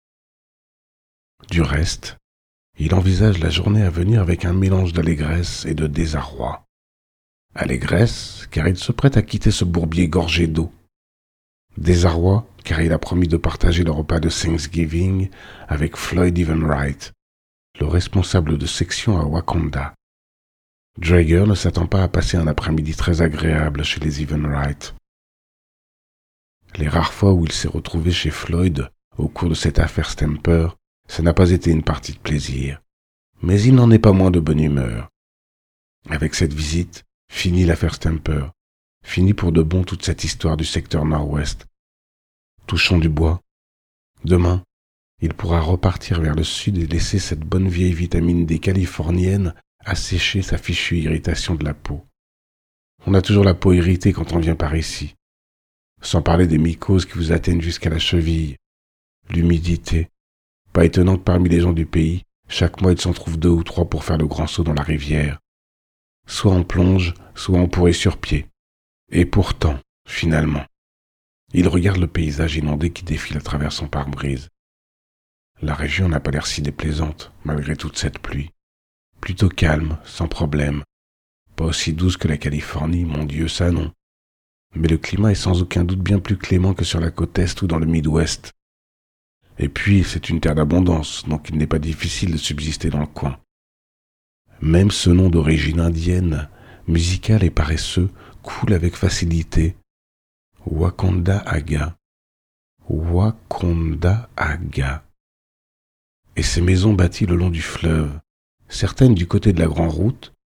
Du reste, il envisage la journée à venir avec un mélange d'allégresse et de désarroi. Allégresse, car il se prête à quitter ce bourbier gorgé d'eau. Désarroi, car il a promis de partager le repas de Thanksgiving avec Floyd Evenwright, le responsable de section à Wakanda. Drager ne s'attend pas à passer un après-midi très agréable chez les Evenwright. Les rares fois où il s'est retrouvé chez Floyd au cours de cette affaire Stamper, ça n'a pas été une partie de plaisir, mais il n'en est pas moins de bonne humeur. Avec cette visite, fini l'affaire Stamper, fini pour de bon toute cette histoire du secteur nord-ouest. Touchons du bois. Demain, il pourra repartir vers le sud et laisser cette bonne vieille vitamine D californienne assécher sa fichue irritation de la peau. On a toujours la peau irritée quand on vient par ici, sans parler des mycoses qui vous atteignent jusqu'à la cheville, l'humidité. Pas étonnant que parmi les gens du pays, chaque mois il s'en trouve deux ou trois pour faire le grand saut dans la rivière. Soit on plonge, soit on pourrait sur pied. Et pourtant, finalement, il regarde le paysage inondé qui défile à travers son pare-brise. La région n'a pas l'air si déplaisante, malgré toute cette pluie. Plutôt calme, sans problème. Pas aussi douce que la Californie, mon Dieu, ça non. Mais le climat est sans aucun doute bien plus clément que sur la côte est ou dans le Midwest. Et puis, c'est une terre d'abondance, donc il n'est pas difficile de subsister dans le coin. Même ce nom d'origine indienne, musical et paresseux, coule avec facilité. Wakanda Aga. Wakanda Aga. Et ces maisons bâties le long du fleuve, certaines du côté de la grande route,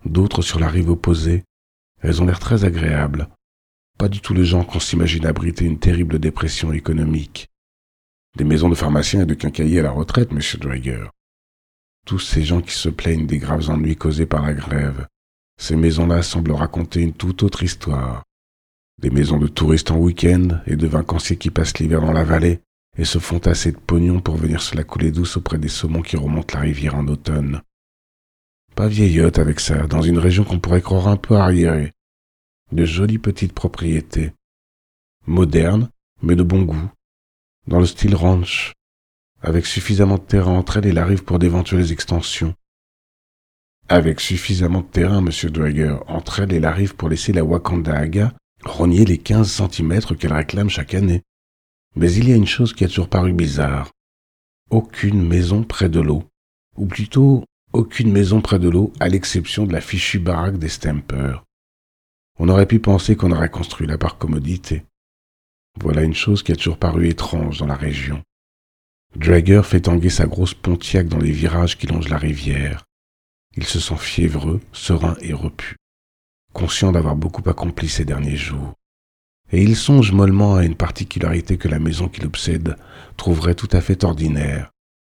d'autres sur la rive opposée. Elles ont l'air très agréables. Pas du tout le genre qu'on s'imagine abriter une terrible dépression économique. Des maisons de pharmaciens et de quincailliers à la retraite, monsieur Drager. Tous ces gens qui se plaignent des graves ennuis causés par la grève. Ces maisons-là semblent raconter une toute autre histoire. Des maisons de touristes en week-end et de vacanciers qui passent l'hiver dans la vallée et se font assez de pognon pour venir se la couler douce auprès des saumons qui remontent la rivière en automne. Pas vieillotte avec ça, dans une région qu'on pourrait croire un peu arriérée. De jolies petites propriétés. Modernes, mais de bon goût. Dans le style ranch, avec suffisamment de terrain entre elles et la rive pour d'éventuelles extensions. Avec suffisamment de terrain, monsieur Drager, entre elles et la rive pour laisser la Wakanda Aga rogner les quinze centimètres qu'elle réclame chaque année. Mais il y a une chose qui a toujours paru bizarre. Aucune maison près de l'eau. Ou plutôt, aucune maison près de l'eau, à l'exception de la fichue baraque des Stamper. On aurait pu penser qu'on aurait construit là par commodité. Voilà une chose qui a toujours paru étrange dans la région. Drager fait tanguer sa grosse Pontiac dans les virages qui longent la rivière. Il se sent fiévreux, serein et repu, conscient d'avoir beaucoup accompli ces derniers jours. Et il songe mollement à une particularité que la maison qui l'obsède trouverait tout à fait ordinaire.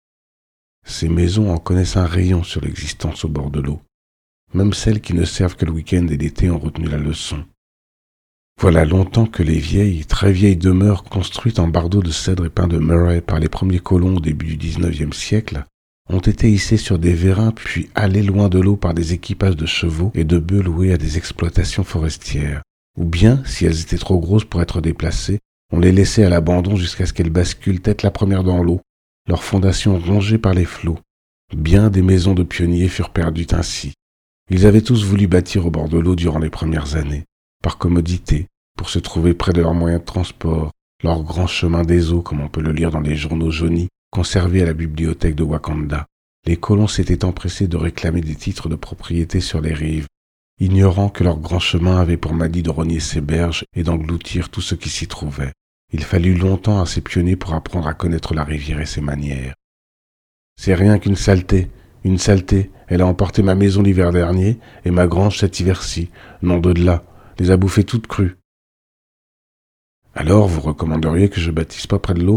Ces maisons en connaissent un rayon sur l'existence au bord de l'eau. Même celles qui ne servent que le week-end et l'été ont retenu la leçon. Voilà longtemps que les vieilles, très vieilles demeures construites en bardeaux de cèdre et pins de Murray par les premiers colons au début du dix-neuvième siècle ont été hissées sur des vérins puis halées loin de l'eau par des équipages de chevaux et de bœufs loués à des exploitations forestières. Ou bien, si elles étaient trop grosses pour être déplacées, on les laissait à l'abandon jusqu'à ce qu'elles basculent tête la première dans l'eau, leurs fondations rongées par les flots. Bien des maisons de pionniers furent perdues ainsi. Ils avaient tous voulu bâtir au bord de l'eau durant les premières années, par commodité, pour se trouver près de leurs moyens de transport, leur grand chemin des eaux, comme on peut le lire dans les journaux jaunis, conservés à la bibliothèque de Wakanda. Les colons s'étaient empressés de réclamer des titres de propriété sur les rives, ignorant que leur grand chemin avait pour maladie de rogner ses berges et d'engloutir tout ce qui s'y trouvait. Il fallut longtemps à ces pionniers pour apprendre à connaître la rivière et ses manières. « C'est rien qu'une saleté, une saleté, elle a emporté ma maison l'hiver dernier et ma grange cet hiver-ci, nom de là, les a bouffées toutes crues. » Alors, vous recommanderiez que je bâtisse pas près de l'eau ?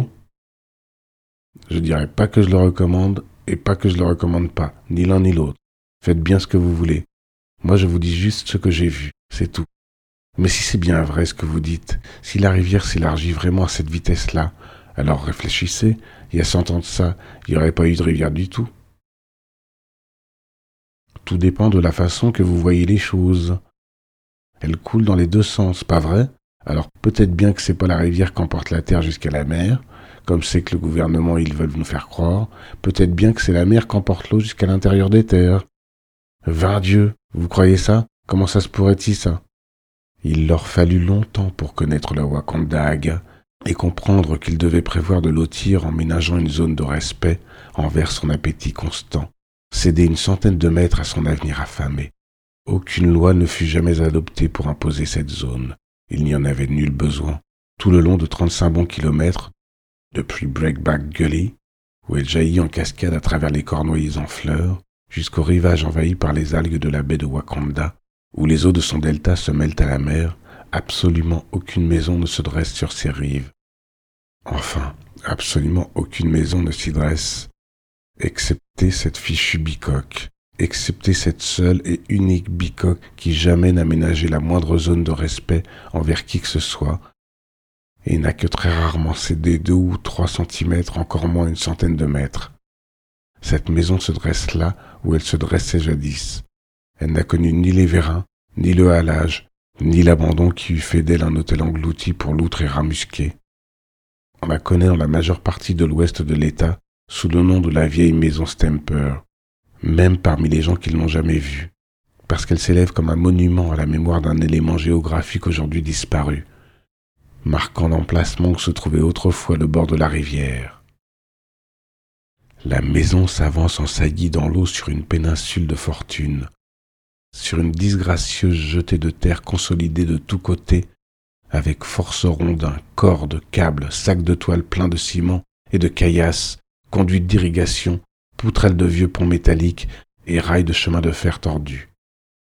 Je dirais pas que je le recommande et pas que je le recommande pas, ni l'un ni l'autre. Faites bien ce que vous voulez. Moi, je vous dis juste ce que j'ai vu, c'est tout. Mais si c'est bien vrai ce que vous dites, si la rivière s'élargit vraiment à cette vitesse-là, alors réfléchissez, il y a cent ans de ça, il n'y aurait pas eu de rivière du tout. Tout dépend de la façon que vous voyez les choses. Elle coule dans les deux sens, pas vrai ? Alors peut-être bien que c'est pas la rivière qu'emporte la terre jusqu'à la mer, comme c'est que le gouvernement ils veulent nous faire croire, peut-être bien que c'est la mer qu'emporte l'eau jusqu'à l'intérieur des terres. Vingt Dieu, vous croyez ça ? Comment ça se pourrait-il ça ? Il leur fallut longtemps pour connaître la Wakanda Aga et comprendre qu'ils devaient prévoir de lotir en ménageant une zone de respect envers son appétit constant, céder une centaine de mètres à son avenir affamé. Aucune loi ne fut jamais adoptée pour imposer cette zone. Il n'y en avait nul besoin. Tout le long de trente-cinq bons kilomètres, depuis Breakback Gully, où elle jaillit en cascade à travers les cornouailles en fleurs, jusqu'au rivage envahi par les algues de la baie de Wakanda, où les eaux de son delta se mêlent à la mer, absolument aucune maison ne se dresse sur ses rives. Enfin, absolument aucune maison ne s'y dresse, excepté cette fichue bicoque, excepté cette seule et unique bicoque qui jamais n'a ménagé la moindre zone de respect envers qui que ce soit, et n'a que très rarement cédé deux ou trois centimètres, encore moins une centaine de mètres. Cette maison se dresse là où elle se dressait jadis. Elle n'a connu ni les vérins, ni le halage, ni l'abandon qui eût fait d'elle un hôtel englouti pour loutres et ramusqués. On la connaît dans la majeure partie de l'ouest de l'État sous le nom de la vieille maison Stamper, même parmi les gens qui ne l'ont jamais vue, parce qu'elle s'élève comme un monument à la mémoire d'un élément géographique aujourd'hui disparu, marquant l'emplacement où se trouvait autrefois le bord de la rivière. La maison s'avance en saillie dans l'eau sur une péninsule de fortune, sur une disgracieuse jetée de terre consolidée de tous côtés, avec force rondins, cordes, câbles, sacs de toile pleins de ciment et de caillasses, conduites d'irrigation, poutrelles de vieux ponts métalliques et rails de chemin de fer tordus.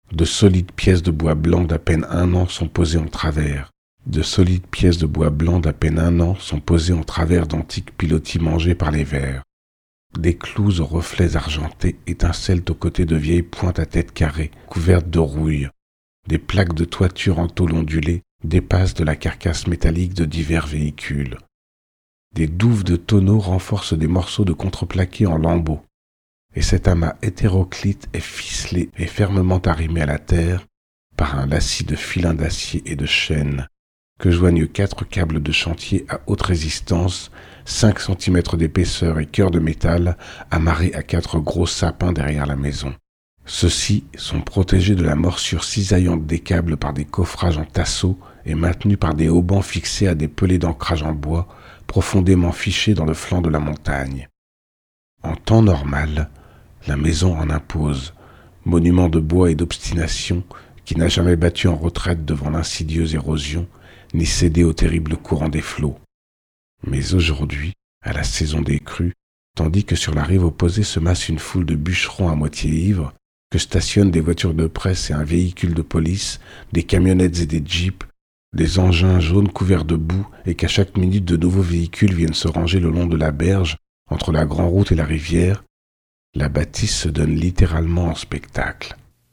De solides pièces de bois blanc d'à peine un an sont posées en travers. De solides pièces de bois blanc d'à peine un an sont posées en travers d'antiques pilotis mangés par les vers. Des clous aux reflets argentés étincellent aux côtés de vieilles pointes à tête carrée, couvertes de rouille. Des plaques de toiture en tôle ondulée dépassent de la carcasse métallique de divers véhicules. Des douves de tonneaux renforcent des morceaux de contreplaqué en lambeaux. Et cet amas hétéroclite est ficelé et fermement arrimé à la terre par un lacis de filins d'acier et de chêne que joignent quatre câbles de chantier à haute résistance, cinq centimètres d'épaisseur et cœur de métal, amarrés à quatre gros sapins derrière la maison. Ceux-ci sont protégés de la morsure cisaillante des câbles par des coffrages en tasseaux et maintenus par des haubans fixés à des pelets d'ancrage en bois profondément fichés dans le flanc de la montagne. En temps normal, la maison en impose, monument de bois et d'obstination qui n'a jamais battu en retraite devant l'insidieuse érosion, ni cédé au terrible courant des flots. Mais aujourd'hui, à la saison des crues, tandis que sur la rive opposée se masse une foule de bûcherons à moitié ivres, que stationnent des voitures de presse et un véhicule de police, des camionnettes et des jeeps, des engins jaunes couverts de boue, et qu'à chaque minute de nouveaux véhicules viennent se ranger le long de la berge, entre la grande route et la rivière, la bâtisse se donne littéralement en spectacle.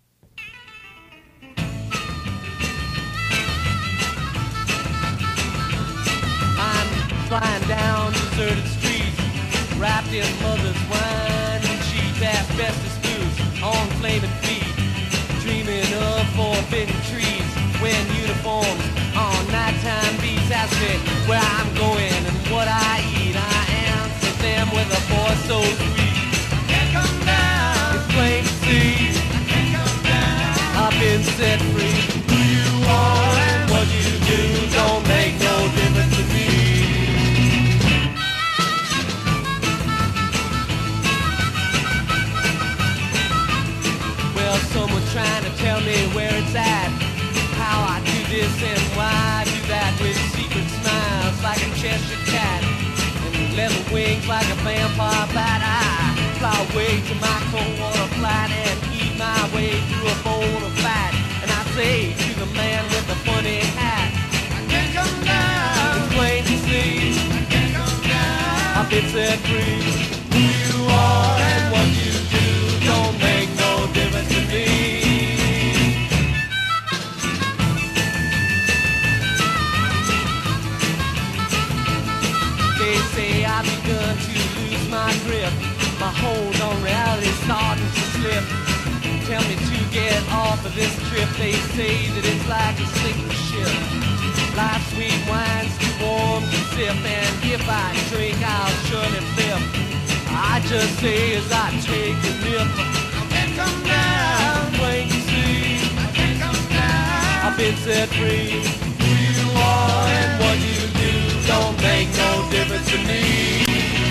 Flying down deserted streets, wrapped in mother's wine and cheap asbestos boots on flaming feet, dreaming of forbidden trees, wearing uniforms on nighttime beats. Ask me where I'm going and what I eat. I answer them with a voice so sweet. I can't come down. It's plain to see. I can't come down. I've been set free. Who you are and what you do don't make no difference to me. Someone trying to tell me where it's at, how I do this and why I do that, with secret smiles like a Cheshire cat and leather wings like a vampire bat. I fly away to my cold water flat and eat my way through a bowl of fat, and I say to the man with the funny hat, I can't come down. It's plain to see, I can't come down. I've been set free. Who you are and what you do don't make no difference to me. They say I've begun to lose my grip, my hold on reality's starting to slip. Tell me to get off of this trip. They say that it's like a sinking ship. Life's sweet wine's too warm to sip, and if I drink I'll surely flip. I just say as I take a nip, I can't come down. Plain to see, I can't come down. I've been set free. Who you are and what you do don't make no difference to me.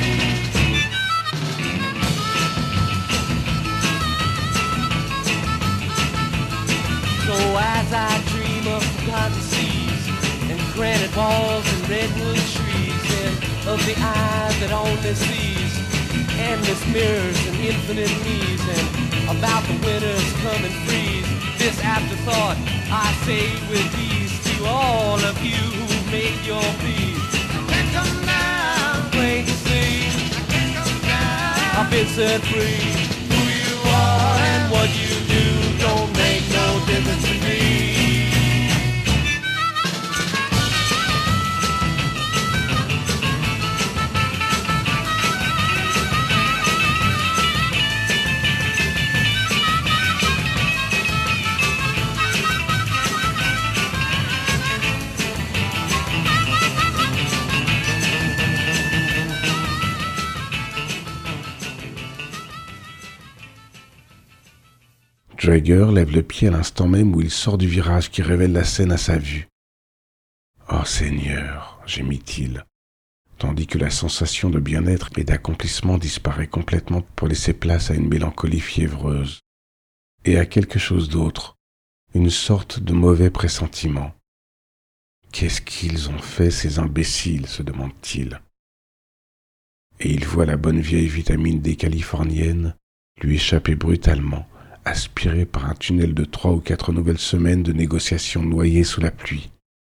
So as I dream of forgotten seas and granite walls and redwood trees, and of the eye that only sees endless mirrors and infinite knees, and about the winter's coming freeze, this afterthought I say with ease to all of you who made your peace. I can't come down, plain to see. I can't come down. I've been set free. Who you are and what you do don't make no difference to me. Draeger lève le pied à l'instant même où il sort du virage qui révèle la scène à sa vue. « Oh Seigneur !» gémit-il, tandis que la sensation de bien-être et d'accomplissement disparaît complètement pour laisser place à une mélancolie fiévreuse, et à quelque chose d'autre, une sorte de mauvais pressentiment. « Qu'est-ce qu'ils ont fait, ces imbéciles ?» se demande-t-il. Et il voit la bonne vieille vitamine D californienne lui échapper brutalement, aspiré par un tunnel de trois ou quatre nouvelles semaines de négociations noyées sous la pluie.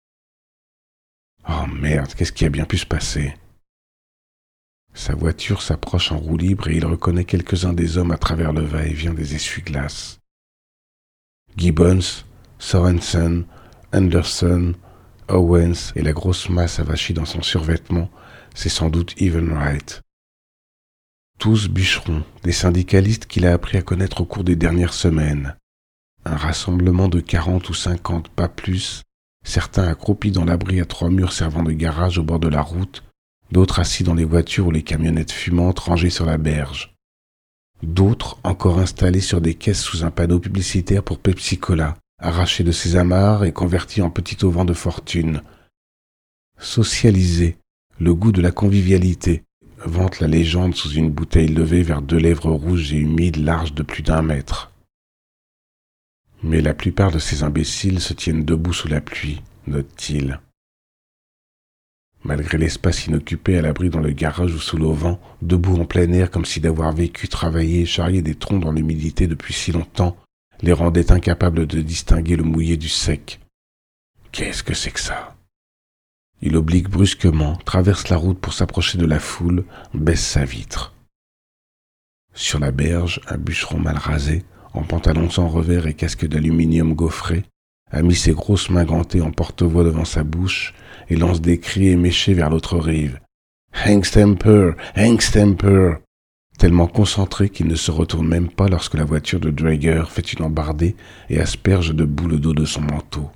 Oh merde, qu'est-ce qui a bien pu se passer? Sa voiture s'approche en roue libre et il reconnaît quelques-uns des hommes à travers le va-et-vient des essuie-glaces. Gibbons, Sorensen, Anderson, Owens et la grosse masse avachie dans son survêtement, c'est sans doute Evenwright. Tous bûcherons, des syndicalistes qu'il a appris à connaître au cours des dernières semaines. Un rassemblement de quarante ou cinquante, pas plus, certains accroupis dans l'abri à trois murs servant de garage au bord de la route, d'autres assis dans les voitures ou les camionnettes fumantes rangées sur la berge. D'autres encore installés sur des caisses sous un panneau publicitaire pour Pepsi Cola, arrachés de ses amarres et convertis en petit auvent de fortune. Socialiser, le goût de la convivialité, vante la légende sous une bouteille levée vers deux lèvres rouges et humides larges de plus d'un mètre. Mais la plupart de ces imbéciles se tiennent debout sous la pluie, note-t-il. Malgré l'espace inoccupé à l'abri dans le garage ou sous l'auvent, debout en plein air comme si d'avoir vécu, travaillé et charrié des troncs dans l'humidité depuis si longtemps, les rendait incapables de distinguer le mouillé du sec. Qu'est-ce que c'est que ça? Il oblique brusquement, traverse la route pour s'approcher de la foule, baisse sa vitre. Sur la berge, un bûcheron mal rasé, en pantalon sans revers et casque d'aluminium gaufré, a mis ses grosses mains gantées en porte-voix devant sa bouche et lance des cris éméchés vers l'autre rive. « Hank Stamper! Hank Stamper !» tellement concentré qu'il ne se retourne même pas lorsque la voiture de Drager fait une embardée et asperge de boue le dos de son manteau.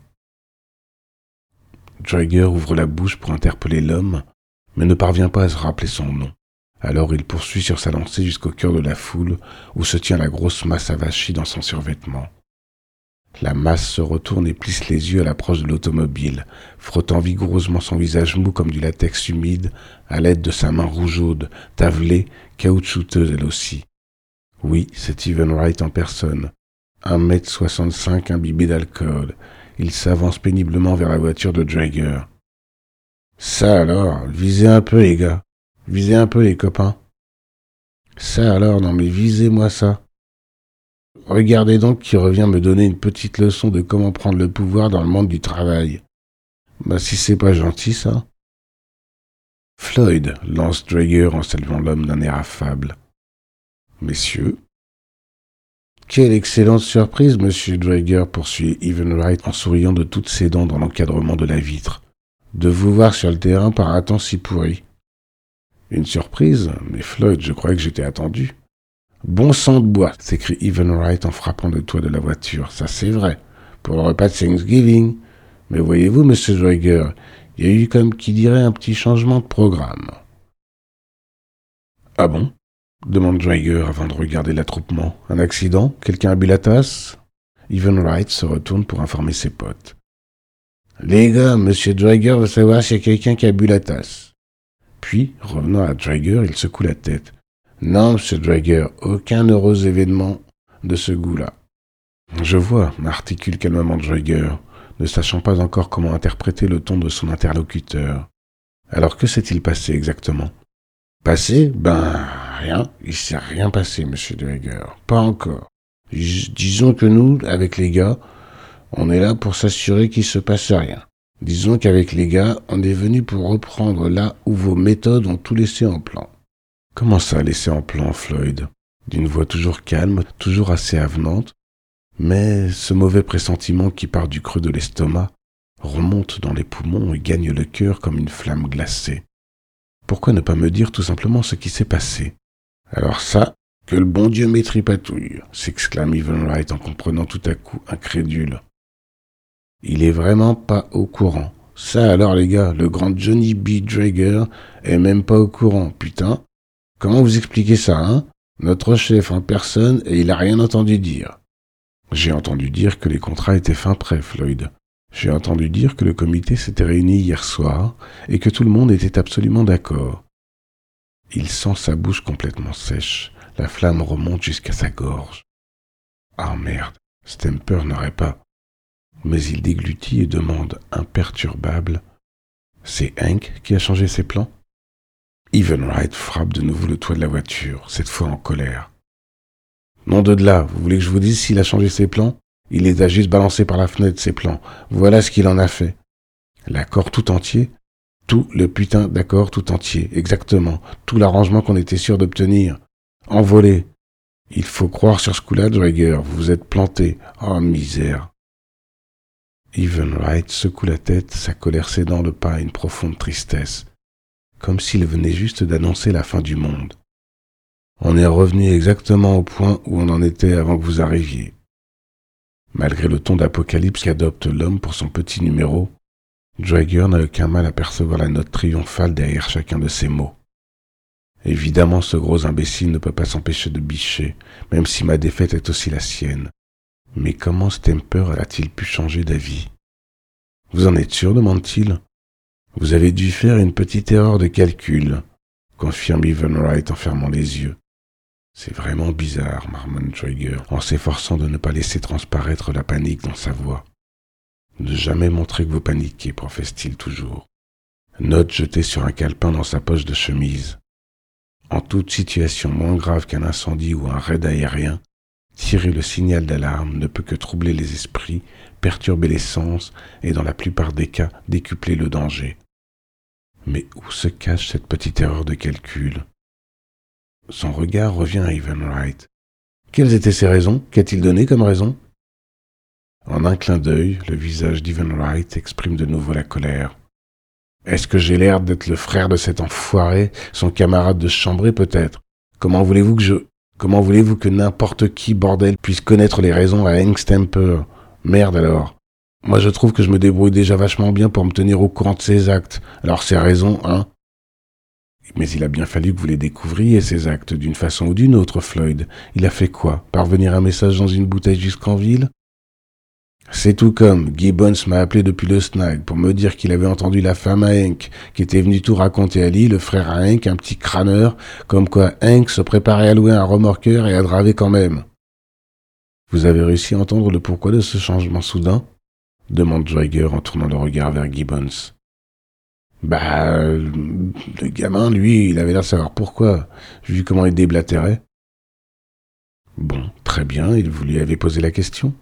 Drager ouvre la bouche pour interpeller l'homme, mais ne parvient pas à se rappeler son nom. Alors il poursuit sur sa lancée jusqu'au cœur de la foule, où se tient la grosse masse avachie dans son survêtement. La masse se retourne et plisse les yeux à l'approche de l'automobile, frottant vigoureusement son visage mou comme du latex humide, à l'aide de sa main rougeaude, tavelée, caoutchouteuse elle aussi. Oui, c'est Evenwright en personne. Un mètre soixante-cinq imbibé d'alcool. Il s'avance péniblement vers la voiture de Drager. « Ça alors, visez un peu les gars. Visez un peu les copains. Ça alors, non mais visez-moi ça. Regardez donc qui revient me donner une petite leçon de comment prendre le pouvoir dans le monde du travail. Bah si c'est pas gentil ça. » Floyd, lance Drager en saluant l'homme d'un air affable. « Messieurs. » « Quelle excellente surprise, monsieur Drager, poursuit Evenwright en souriant de toutes ses dents dans l'encadrement de la vitre. De vous voir sur le terrain par un temps si pourri. » « Une surprise? Mais Floyd, je croyais que j'étais attendu. »« Bon sang de bois !» s'écrie Evenwright en frappant le toit de la voiture. « Ça c'est vrai, pour le repas de Thanksgiving. Mais voyez-vous, monsieur Drager, il y a eu comme qui dirait un petit changement de programme. »« Ah bon ?» demande Drager avant de regarder l'attroupement. « Un accident? Quelqu'un a bu la tasse ?» Evenwright se retourne pour informer ses potes. « Les gars, monsieur Drager veut savoir s'il y a quelqu'un qui a bu la tasse. » Puis, revenant à Drager, il secoue la tête. « Non, monsieur Drager, aucun heureux événement de ce goût-là. »« Je vois, » articule calmement Drager, ne sachant pas encore comment interpréter le ton de son interlocuteur. « Alors que s'est-il passé exactement ?»« Passé? Ben, rien. Il s'est rien passé, monsieur Drager. Pas encore. Dis- disons que nous, avec les gars, on est là pour s'assurer qu'il se passe rien. Disons qu'avec les gars, on est venu pour reprendre là où vos méthodes ont tout laissé en plan. » « Comment ça, laissé en plan, Floyd ?» D'une voix toujours calme, toujours assez avenante, mais ce mauvais pressentiment qui part du creux de l'estomac remonte dans les poumons et gagne le cœur comme une flamme glacée. Pourquoi ne pas me dire tout simplement ce qui s'est passé ? « Alors ça, que le bon Dieu m'étripatouille !» s'exclame Evenwright en comprenant tout à coup, incrédule. « Il est vraiment pas au courant. Ça alors les gars, le grand Johnny B. Drager est même pas au courant, putain. Comment vous expliquez ça, hein? Notre chef en personne et il a rien entendu dire. » « J'ai entendu dire que les contrats étaient fin prêts, Floyd. J'ai entendu dire que le comité s'était réuni hier soir et que tout le monde était absolument d'accord. » Il sent sa bouche complètement sèche. La flamme remonte jusqu'à sa gorge. Ah merde, Stamper n'aurait pas. Mais il déglutit et demande, imperturbable, « C'est Hank qui a changé ses plans ?» Evenwright frappe de nouveau le toit de la voiture, cette fois en colère. « Non de là, vous voulez que je vous dise s'il a changé ses plans? Il les a juste balancés par la fenêtre, ses plans. Voilà ce qu'il en a fait. L'accord tout entier? Tout le putain d'accord tout entier, exactement. Tout l'arrangement qu'on était sûr d'obtenir. Envolé. Il faut croire sur ce coup-là, Drager, vous vous êtes planté. Oh, misère. Evenwright secoue la tête, sa colère cédant le pas à une profonde tristesse, comme s'il venait juste d'annoncer la fin du monde. On est revenu exactement au point où on en était avant que vous arriviez. Malgré le ton d'apocalypse qu'adopte l'homme pour son petit numéro, Drager n'a aucun mal à percevoir la note triomphale derrière chacun de ses mots. Évidemment, ce gros imbécile ne peut pas s'empêcher de bicher, même si ma défaite est aussi la sienne. Mais comment Stamper a-t-il pu changer d'avis? Vous en êtes sûr, demande-t-il? Vous avez dû faire une petite erreur de calcul, confirme Evenwright en fermant les yeux. C'est vraiment bizarre, marmonne Drager, en s'efforçant de ne pas laisser transparaître la panique dans sa voix. Ne jamais montrer que vous paniquez, professe-t-il toujours. Note jetée sur un calepin dans sa poche de chemise. En toute situation moins grave qu'un incendie ou un raid aérien, tirer le signal d'alarme ne peut que troubler les esprits, perturber les sens et, dans la plupart des cas, décupler le danger. Mais où se cache cette petite erreur de calcul? Son regard revient à Evenwright. Quelles étaient ses raisons? Qu'a-t-il donné comme raison? En un clin d'œil, le visage d'Evenwright exprime de nouveau la colère. Est-ce que j'ai l'air d'être le frère de cet enfoiré, son camarade de chambrée peut-être? Comment voulez-vous que je... Comment voulez-vous que n'importe qui, bordel, puisse connaître les raisons à Hank Stamper? Merde alors. Moi je trouve que je me débrouille déjà vachement bien pour me tenir au courant de ses actes. Alors ses raisons, hein? Mais il a bien fallu que vous les découvriez, ces actes, d'une façon ou d'une autre, Floyd. Il a fait quoi? Parvenir un message dans une bouteille jusqu'en ville? C'est tout comme, Gibbons m'a appelé depuis le snag pour me dire qu'il avait entendu la femme à Hank, qui était venue tout raconter à Lee, le frère à Hank, un petit crâneur, comme quoi Hank se préparait à louer un remorqueur et à draver quand même. Vous avez réussi à entendre le pourquoi de ce changement soudain? Demande Drager en tournant le regard vers Gibbons. Bah, le gamin, lui, il avait l'air de savoir pourquoi, vu comment il déblatérait. Bon, très bien, et vous lui avez posé la question?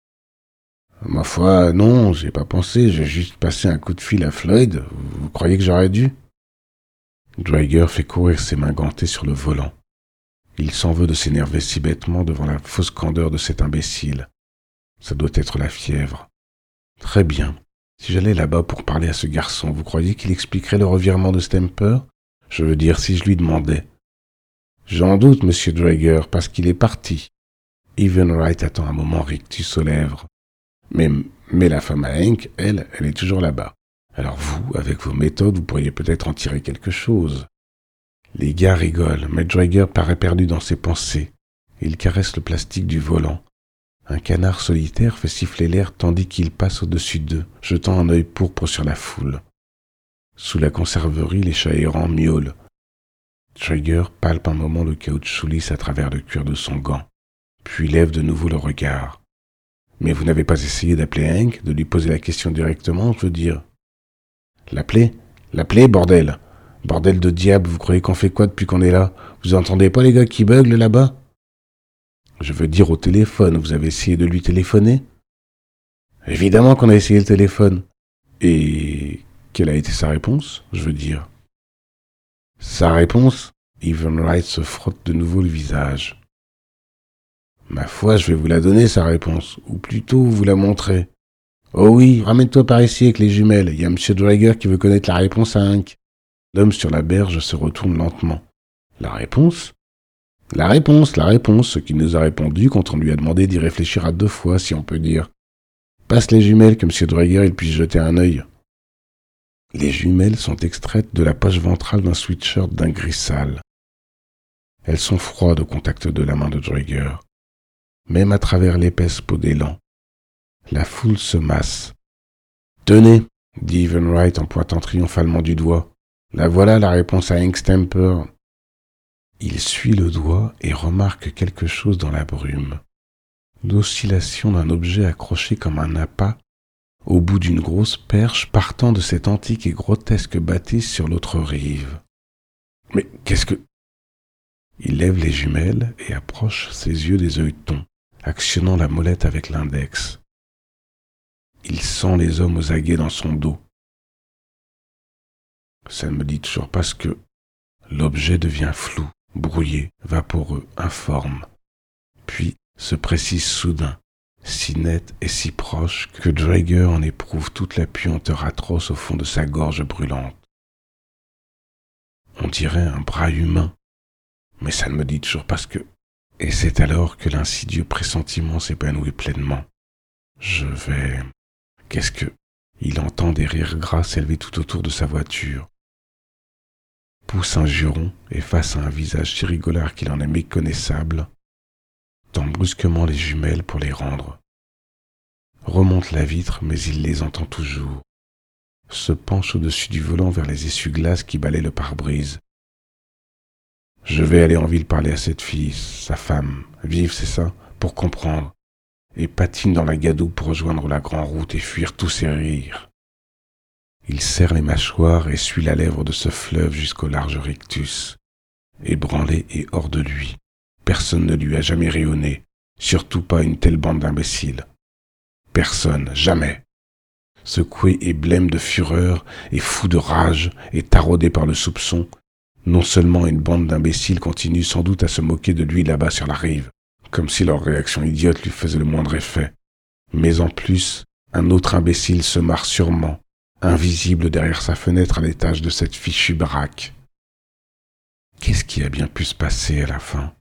Ma foi, non, j'ai pas pensé, j'ai juste passé un coup de fil à Floyd, vous croyez que j'aurais dû? Drager fait courir ses mains gantées sur le volant. Il s'en veut de s'énerver si bêtement devant la fausse candeur de cet imbécile. Ça doit être la fièvre. Très bien. Si j'allais là-bas pour parler à ce garçon, vous croyez qu'il expliquerait le revirement de Stamper? Je veux dire, si je lui demandais. J'en doute, monsieur Drager, parce qu'il est parti. Evenwright attend un moment rictus aux lèvres. Mais, mais la femme à Hank, elle, elle est toujours là-bas. Alors vous, avec vos méthodes, vous pourriez peut-être en tirer quelque chose. Les gars rigolent, mais Drager paraît perdu dans ses pensées. Il caresse le plastique du volant. Un canard solitaire fait siffler l'air tandis qu'il passe au-dessus d'eux, jetant un œil pourpre sur la foule. Sous la conserverie, les chats errants miaulent. Drager palpe un moment le caoutchouc lisse à travers le cuir de son gant, puis lève de nouveau le regard. Mais vous n'avez pas essayé d'appeler Hank, de lui poser la question directement, je veux dire. L'appeler? L'appeler, bordel! Bordel de diable, vous croyez qu'on fait quoi depuis qu'on est là? Vous entendez pas les gars qui beuglent là-bas? Je veux dire au téléphone, vous avez essayé de lui téléphoner? Évidemment qu'on a essayé le téléphone. Et quelle a été sa réponse, je veux dire? Sa réponse? Evenwright se frotte de nouveau le visage. Ma foi, je vais vous la donner, sa réponse, ou plutôt vous la montrer. Oh oui, ramène-toi par ici avec les jumelles, il y a M. Drager qui veut connaître la réponse à Hank. L'homme sur la berge se retourne lentement. La réponse? La réponse, la réponse, ce qu'il nous a répondu quand on lui a demandé d'y réfléchir à deux fois, si on peut dire. Passe les jumelles que M. Drager il puisse jeter un œil. Les jumelles sont extraites de la poche ventrale d'un sweatshirt d'un gris sale. Elles sont froides au contact de la main de Drager. Même à travers l'épaisse peau d'élan. La foule se masse. « Tenez !» dit Evenwright en pointant triomphalement du doigt. « La voilà la réponse à Hank Stamper. » Il suit le doigt et remarque quelque chose dans la brume. L'oscillation d'un objet accroché comme un appât au bout d'une grosse perche partant de cette antique et grotesque bâtisse sur l'autre rive. « Mais qu'est-ce que... Il lève les jumelles et approche ses yeux des œilletons, actionnant la molette avec l'index. Il sent les hommes aux aguets dans son dos. Ça ne me dit toujours pas ce que l'objet devient flou, brouillé, vaporeux, informe, puis se précise soudain, si net et si proche que Draeger en éprouve toute la puanteur atroce au fond de sa gorge brûlante. On dirait un bras humain, mais ça ne me dit toujours pas ce que... Et c'est alors que l'insidieux pressentiment s'épanouit pleinement. Je vais... Qu'est-ce que... Il entend des rires gras s'élever tout autour de sa voiture. Pousse un juron et face à un visage si rigolard qu'il en est méconnaissable, tend brusquement les jumelles pour les rendre. Remonte la vitre, mais il les entend toujours. Se penche au-dessus du volant vers les essuie-glaces qui balaient le pare-brise. Je vais aller en ville parler à cette fille, sa femme, vive, c'est ça, pour comprendre, et patine dans la gadoue pour rejoindre la grande route et fuir tous ces rires. Il serre les mâchoires et suit la lèvre de ce fleuve jusqu'au large rictus. Ébranlé et hors de lui, personne ne lui a jamais rayonné, surtout pas une telle bande d'imbéciles. Personne, jamais. Secoué et blême de fureur et fou de rage et taraudé par le soupçon, non seulement une bande d'imbéciles continue sans doute à se moquer de lui là-bas sur la rive, comme si leur réaction idiote lui faisait le moindre effet, mais en plus, un autre imbécile se marre sûrement, invisible derrière sa fenêtre à l'étage de cette fichue baraque. Qu'est-ce qui a bien pu se passer à la fin?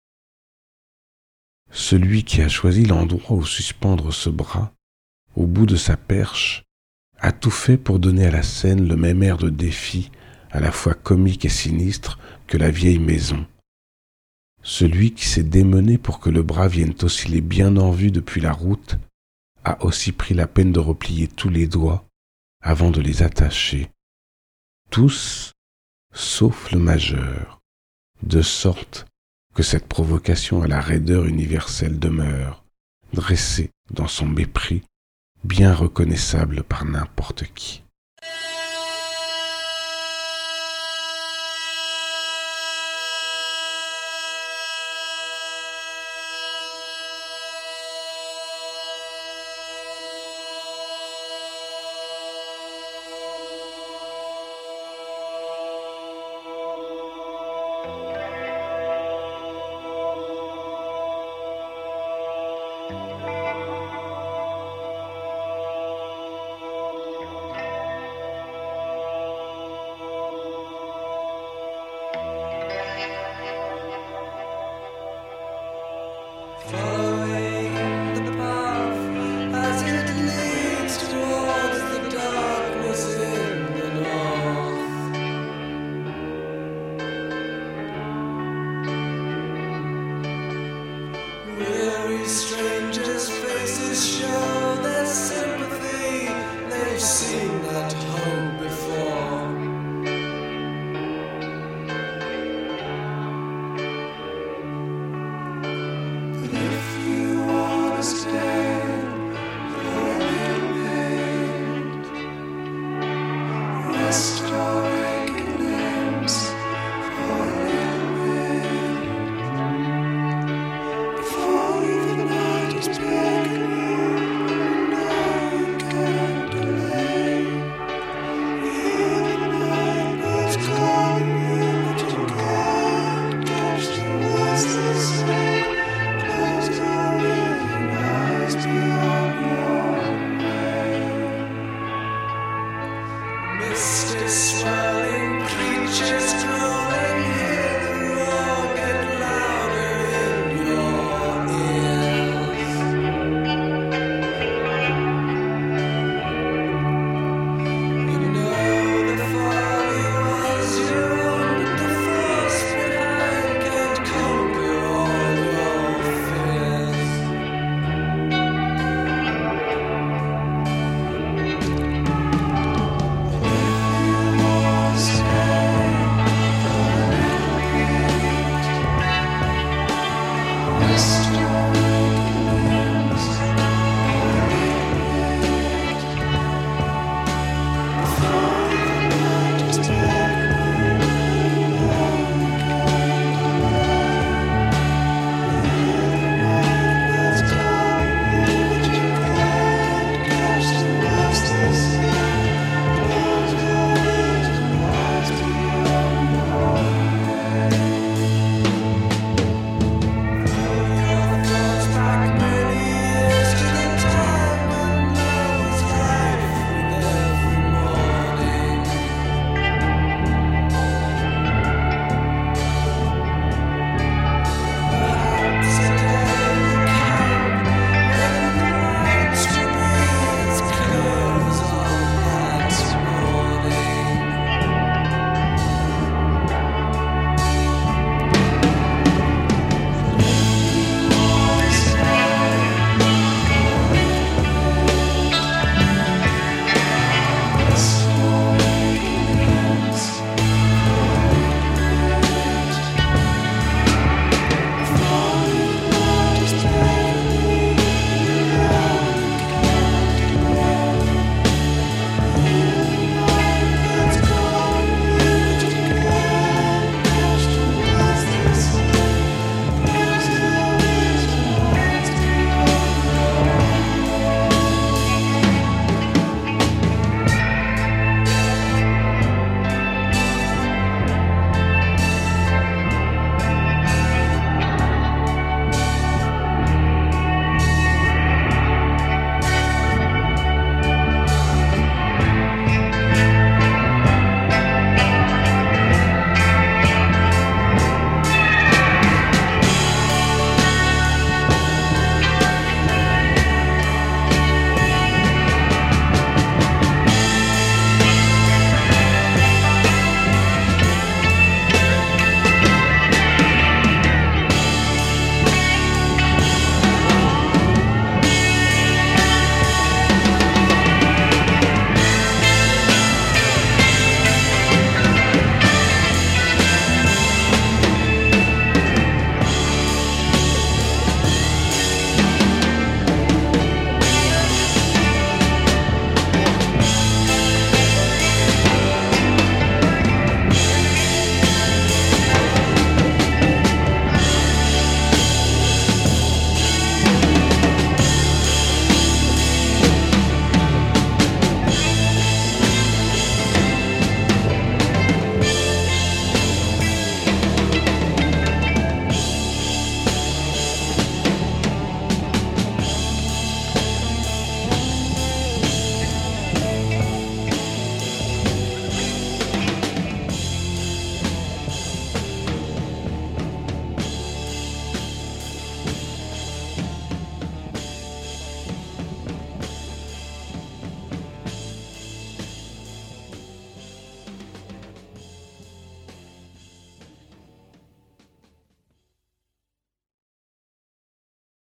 Celui qui a choisi l'endroit où suspendre ce bras, au bout de sa perche, a tout fait pour donner à la scène le même air de défi, à la fois comique et sinistre, que la vieille maison. Celui qui s'est démené pour que le bras vienne osciller bien en vue depuis la route, a aussi pris la peine de replier tous les doigts avant de les attacher. Tous, sauf le majeur, de sorte que cette provocation à la raideur universelle demeure, dressée dans son mépris, bien reconnaissable par n'importe qui.